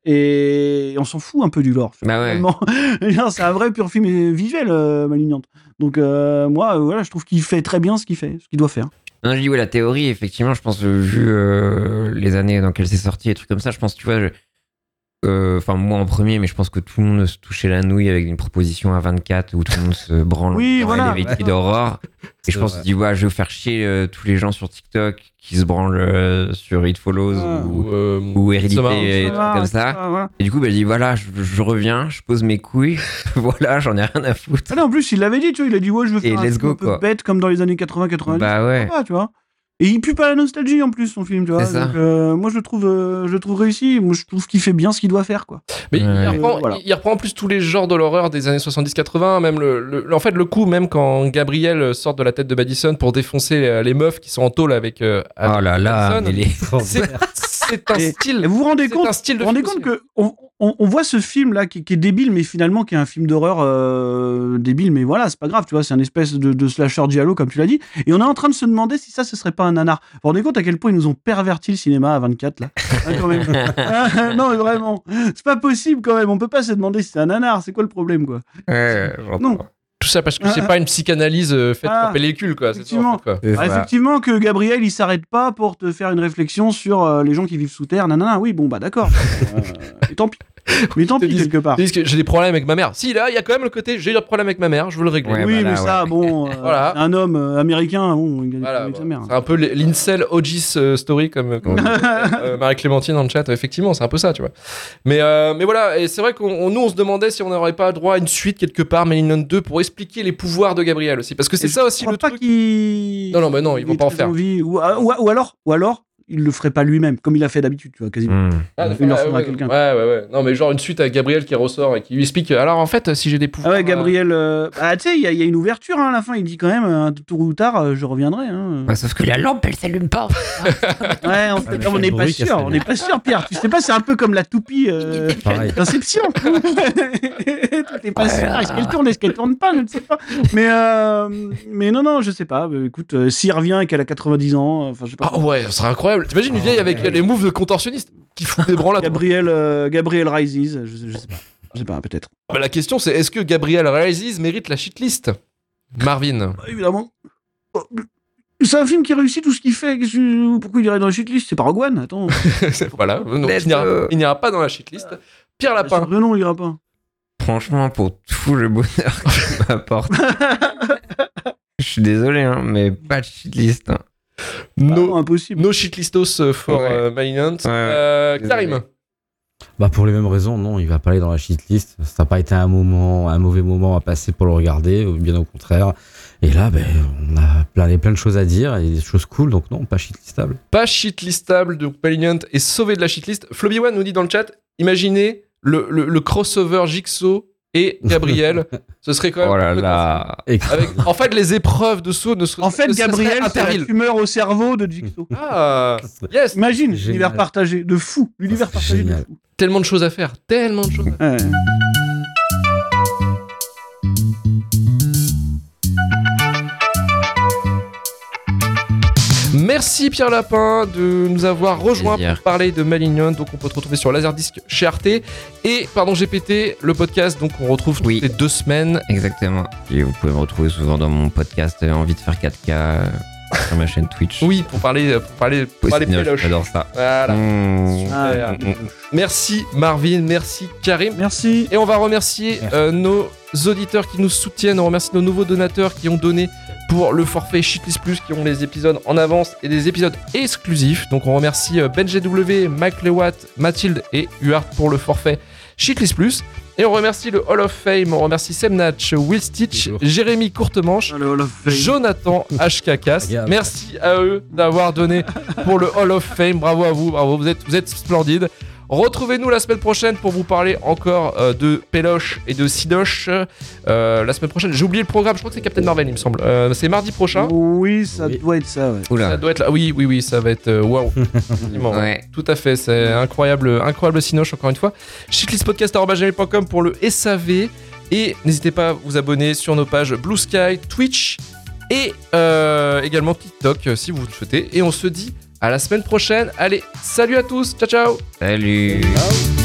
S2: Et on s'en fout un peu du lore.
S4: Bah ouais.
S2: Finalement. C'est un vrai pur film visuel, euh, Malignante. Donc, euh, moi, euh, voilà, je trouve qu'il fait très bien ce qu'il fait, ce qu'il doit faire.
S4: Non, je dis, ouais, la théorie, effectivement, je pense, euh, vu euh, les années dans lesquelles c'est sorti, et trucs comme ça, je pense, tu vois, je- euh, enfin, moi en premier, mais je pense que tout le monde se touchait la nouille avec une proposition à vingt-quatre où tout le monde se branle
S2: Oui,
S4: dans
S2: voilà.
S4: les véhicules d'horreur. Et je
S3: C'est
S4: pense
S3: vrai.
S4: qu'il dit, ouais, je vais faire chier euh, tous les gens sur TikTok qui se branlent euh, sur It Follows
S2: Ah.
S4: ou,
S1: euh,
S4: ou Hérédité
S1: Midsommar.
S4: et trucs comme ça.
S2: Ah, voilà.
S4: Et du coup, bah, je dis, voilà, je, je reviens, je pose mes couilles, voilà, j'en ai rien à foutre.
S2: Ah non, en plus, il l'avait dit, tu vois, il a dit, ouais, je veux
S4: Et
S2: faire un
S4: let's
S2: film
S4: go,
S2: un peu
S4: quoi.
S2: bête comme dans les années quatre-vingts quatre-vingt-dix.
S4: Bah ouais.
S2: Pas, tu vois. Et il pue pas la nostalgie en plus, son film, tu vois.
S4: C'est ça.
S2: Donc, euh, moi, je le trouve, euh, je le trouve réussi. Moi, je trouve qu'il fait bien ce qu'il doit faire, quoi.
S1: Mais il,
S4: Ouais.
S1: reprend,
S2: Euh, voilà.
S1: il reprend en plus tous les genres de l'horreur des années soixante-dix quatre-vingts, même le, le- en fait le coup même quand Gabriel sort de la tête de Madison pour défoncer les, les meufs qui sont en tôle avec, euh, avec
S4: Oh là là,
S1: Madison.
S4: mais les...
S1: c'est, c'est un
S2: Et-
S1: style.
S2: Et vous vous rendez
S1: c'est
S2: compte,
S1: un style de
S2: vous vous rendez
S1: film
S2: compte
S1: aussi.
S2: que on, on, on voit ce film là qui, qui est débile, mais finalement qui est un film d'horreur euh, débile, mais voilà, c'est pas grave, tu vois, c'est un espèce de, de slasher giallo comme tu l'as dit. Et on est en train de se demander si ça, ce serait pas un nanar. Vous vous rendez compte à quel point ils nous ont perverti le cinéma à vingt-quatre là Hein, quand même. Ah, non, mais vraiment, c'est pas possible quand même. On peut pas se demander si c'est un nanar. C'est quoi le problème, quoi?
S4: Ouais, j'entends.
S2: Non.
S1: Tout ça parce que c'est
S2: Ah,
S1: pas une psychanalyse euh, faite
S2: ah,
S1: pour pellicule quoi. C'est ça,
S2: effectivement.
S1: en fait, quoi.
S4: C'est
S2: Ah,
S4: ça.
S2: effectivement que Gabriel il s'arrête pas pour te faire une réflexion sur euh, les gens qui vivent sous terre, nanana, oui bon bah d'accord. Euh, et tant pis. Mais tant
S1: Ils te
S2: pis,
S1: disent-
S2: quelque part.
S1: Ils disent que j'ai des problèmes avec ma mère. Si, là, il y a quand même le côté j'ai des problèmes avec ma mère, je veux le régler.
S4: Ouais,
S2: oui,
S4: voilà,
S2: mais ça,
S4: ouais.
S2: bon, euh,
S1: Voilà.
S2: c'est un homme euh, américain, bon, il a des
S1: Voilà,
S2: problèmes avec sa
S1: bon,
S2: mère.
S1: c'est un peu l- l'incel O G's euh, story comme, comme euh, Marie-Clémentine dans le chat. Effectivement, c'est un peu ça, tu vois. Mais, euh, mais voilà, et c'est vrai qu'on on- nous on se demandait si on n'aurait pas droit à une suite quelque part, Malignant deux, pour expliquer les pouvoirs de Gabriel aussi, parce que c'est
S2: Et
S1: ça
S2: je
S1: aussi
S2: crois
S1: le
S2: pas
S1: truc.
S2: qu'il.
S1: Non, non, mais non, ils vont
S2: ait
S1: pas en
S2: très
S1: faire.
S2: envie. Ou, ou, ou alors, ou alors, il le ferait pas lui-même, comme il a fait d'habitude, tu vois, quasiment.
S4: Hmm.
S1: Ah, de
S2: Il
S1: faire-
S2: leur faudra
S1: ouais,
S2: quelqu'un.
S1: Ouais, ouais, ouais. Non, mais genre une suite à Gabriel qui ressort et qui lui explique. Alors en fait, si j'ai des
S2: Ah
S1: pouvoirs.
S2: ouais, Gabriel. euh, Ah, tu sais, il y, a- il y a une ouverture hein, à la fin. Il dit quand même, un tour ou tard, euh, je reviendrai. Hein.
S4: Ouais, sauf que la lampe, elle s'allume pas.
S2: Ouais, on
S3: mais
S2: on
S3: quel
S2: n'est pas
S3: bruit qu'elle
S2: sûr,
S3: fait,
S2: on
S3: lui.
S2: n'est pas sûr, Pierre. Tu sais pas, c'est un peu comme la toupie euh,
S3: Pareil.
S2: d'Inception. T'es pas sûr. Est-ce qu'elle tourne, est-ce qu'elle tourne pas, je ne sais pas. Mais, euh, mais non, non, je sais pas. Euh, Écoute, euh, s'il revient et qu'elle a quatre-vingt-dix ans, enfin, je sais pas.
S1: Ah ouais, ce serait incroyable. T'imagines une vieille avec les moves de contorsionniste qui fout des branles à
S2: Gabriel, euh, Gabriel Rises, je, je sais pas. Je sais pas, peut-être.
S1: Bah, la question c'est est-ce que Gabriel Rises mérite la shitlist Marvin.
S2: Bah, évidemment. Oh, C'est un film qui réussit tout ce qu'il fait. Qu'est-ce que- Pourquoi il irait dans la shitlist? C'est pas Rogue One, attends.
S1: Voilà, donc,
S4: Let's
S1: il n'ira
S4: go.
S1: il n'ira pas dans la shitlist. Pierre Lapin.
S2: Le nom, il ira pas.
S4: Franchement, pour tout le bonheur qu'il m'apporte. Je suis désolé, hein, mais pas de shitlist. Hein.
S1: No,
S2: Non, impossible.
S1: no shitlistos euh, for
S4: Ouais.
S1: euh, Malignant.
S4: Ouais,
S1: Euh,
S4: désolé.
S1: Karim.
S3: Bah pour les mêmes raisons, non, il va pas aller dans la shitlist. Ça n'a pas été un moment, un mauvais moment à passer pour le regarder, ou bien au contraire. Et là, ben, on a plein, plein de choses à dire et des choses cool, donc non, pas shitlistable.
S1: Pas shitlistable, donc Malignant est sauvé de la shitlist. Floby One nous dit dans le chat, imaginez le, le, le crossover Jigsaw et Gabriel. Ce serait quand même...
S4: Oh là
S1: complètement
S4: là.
S3: Et-
S1: fou. Avec, en fait, les épreuves de saut ne seraient
S2: En fait,
S1: ne seraient
S2: Gabriel, c'est la
S1: intervilles.
S2: tumeur au cerveau de Jigsaw.
S1: Ah, yes.
S2: Imagine,
S3: Génial.
S2: l'univers partagé, de fou. L'univers
S3: C'est
S2: partagé de
S3: génial.
S2: fou.
S1: Tellement de choses à faire, tellement de choses à faire.
S2: Ouais.
S1: Merci Pierre Lapin de nous avoir rejoint
S4: Plaisir.
S1: pour parler de Malignant. Donc on peut te retrouver sur Laserdisc chez Arte et pardon G P T, le podcast. Donc on retrouve toutes
S4: Oui.
S1: les deux semaines.
S4: Exactement. Et vous pouvez me retrouver souvent dans mon podcast euh, Envie de faire quatre K euh, sur ma chaîne Twitch.
S1: Oui, pour parler pour parler pour parler
S4: Possible,
S1: péloche.
S4: j'adore ça.
S1: Voilà.
S4: Mmh.
S1: Super.
S2: Ah,
S4: Mm, mm.
S1: Merci Marvin, merci Karim.
S2: Merci.
S1: Et on va remercier
S3: Merci.
S1: euh, nos auditeurs qui nous soutiennent. On remercie nos nouveaux donateurs qui ont donné pour le forfait Shitlist Plus, qui ont les épisodes en avance et des épisodes exclusifs. Donc on remercie euh, Ben G W, Mike Lewatt, Mathilde et Huart pour le forfait Shitlist Plus. Et on remercie le Hall of Fame. On remercie Semnatch, Will Stitch,
S3: Toujours.
S1: Jérémy Courtemanche,
S2: Le Hall of Fame.
S1: Jonathan H K Cast.
S3: Regarde.
S1: Merci à eux d'avoir donné pour le Hall of Fame. Bravo à vous, bravo, vous êtes, vous êtes splendides. Retrouvez-nous la semaine prochaine pour vous parler encore euh, de Péloche et de Sidoche. Euh, la semaine prochaine, j'ai oublié le programme, je crois que c'est Captain Marvel, il me semble. Euh, c'est mardi prochain.
S2: Oui, ça
S3: Oui.
S2: doit être ça, ouais.
S1: Ça
S4: Oula.
S1: doit être là. Oui, oui, oui, ça va être euh, waouh. Effectivement,
S4: Ouais.
S1: Tout à fait, c'est incroyable, incroyable Sinoche encore une fois. shitlistpodcast arobase gmail point com pour le S A V et n'hésitez pas à vous abonner sur nos pages Blue Sky, Twitch et euh, également TikTok euh, si vous le souhaitez. Et on se dit à la semaine prochaine. Allez, salut à tous, ciao ciao.
S4: Salut.
S3: Ciao.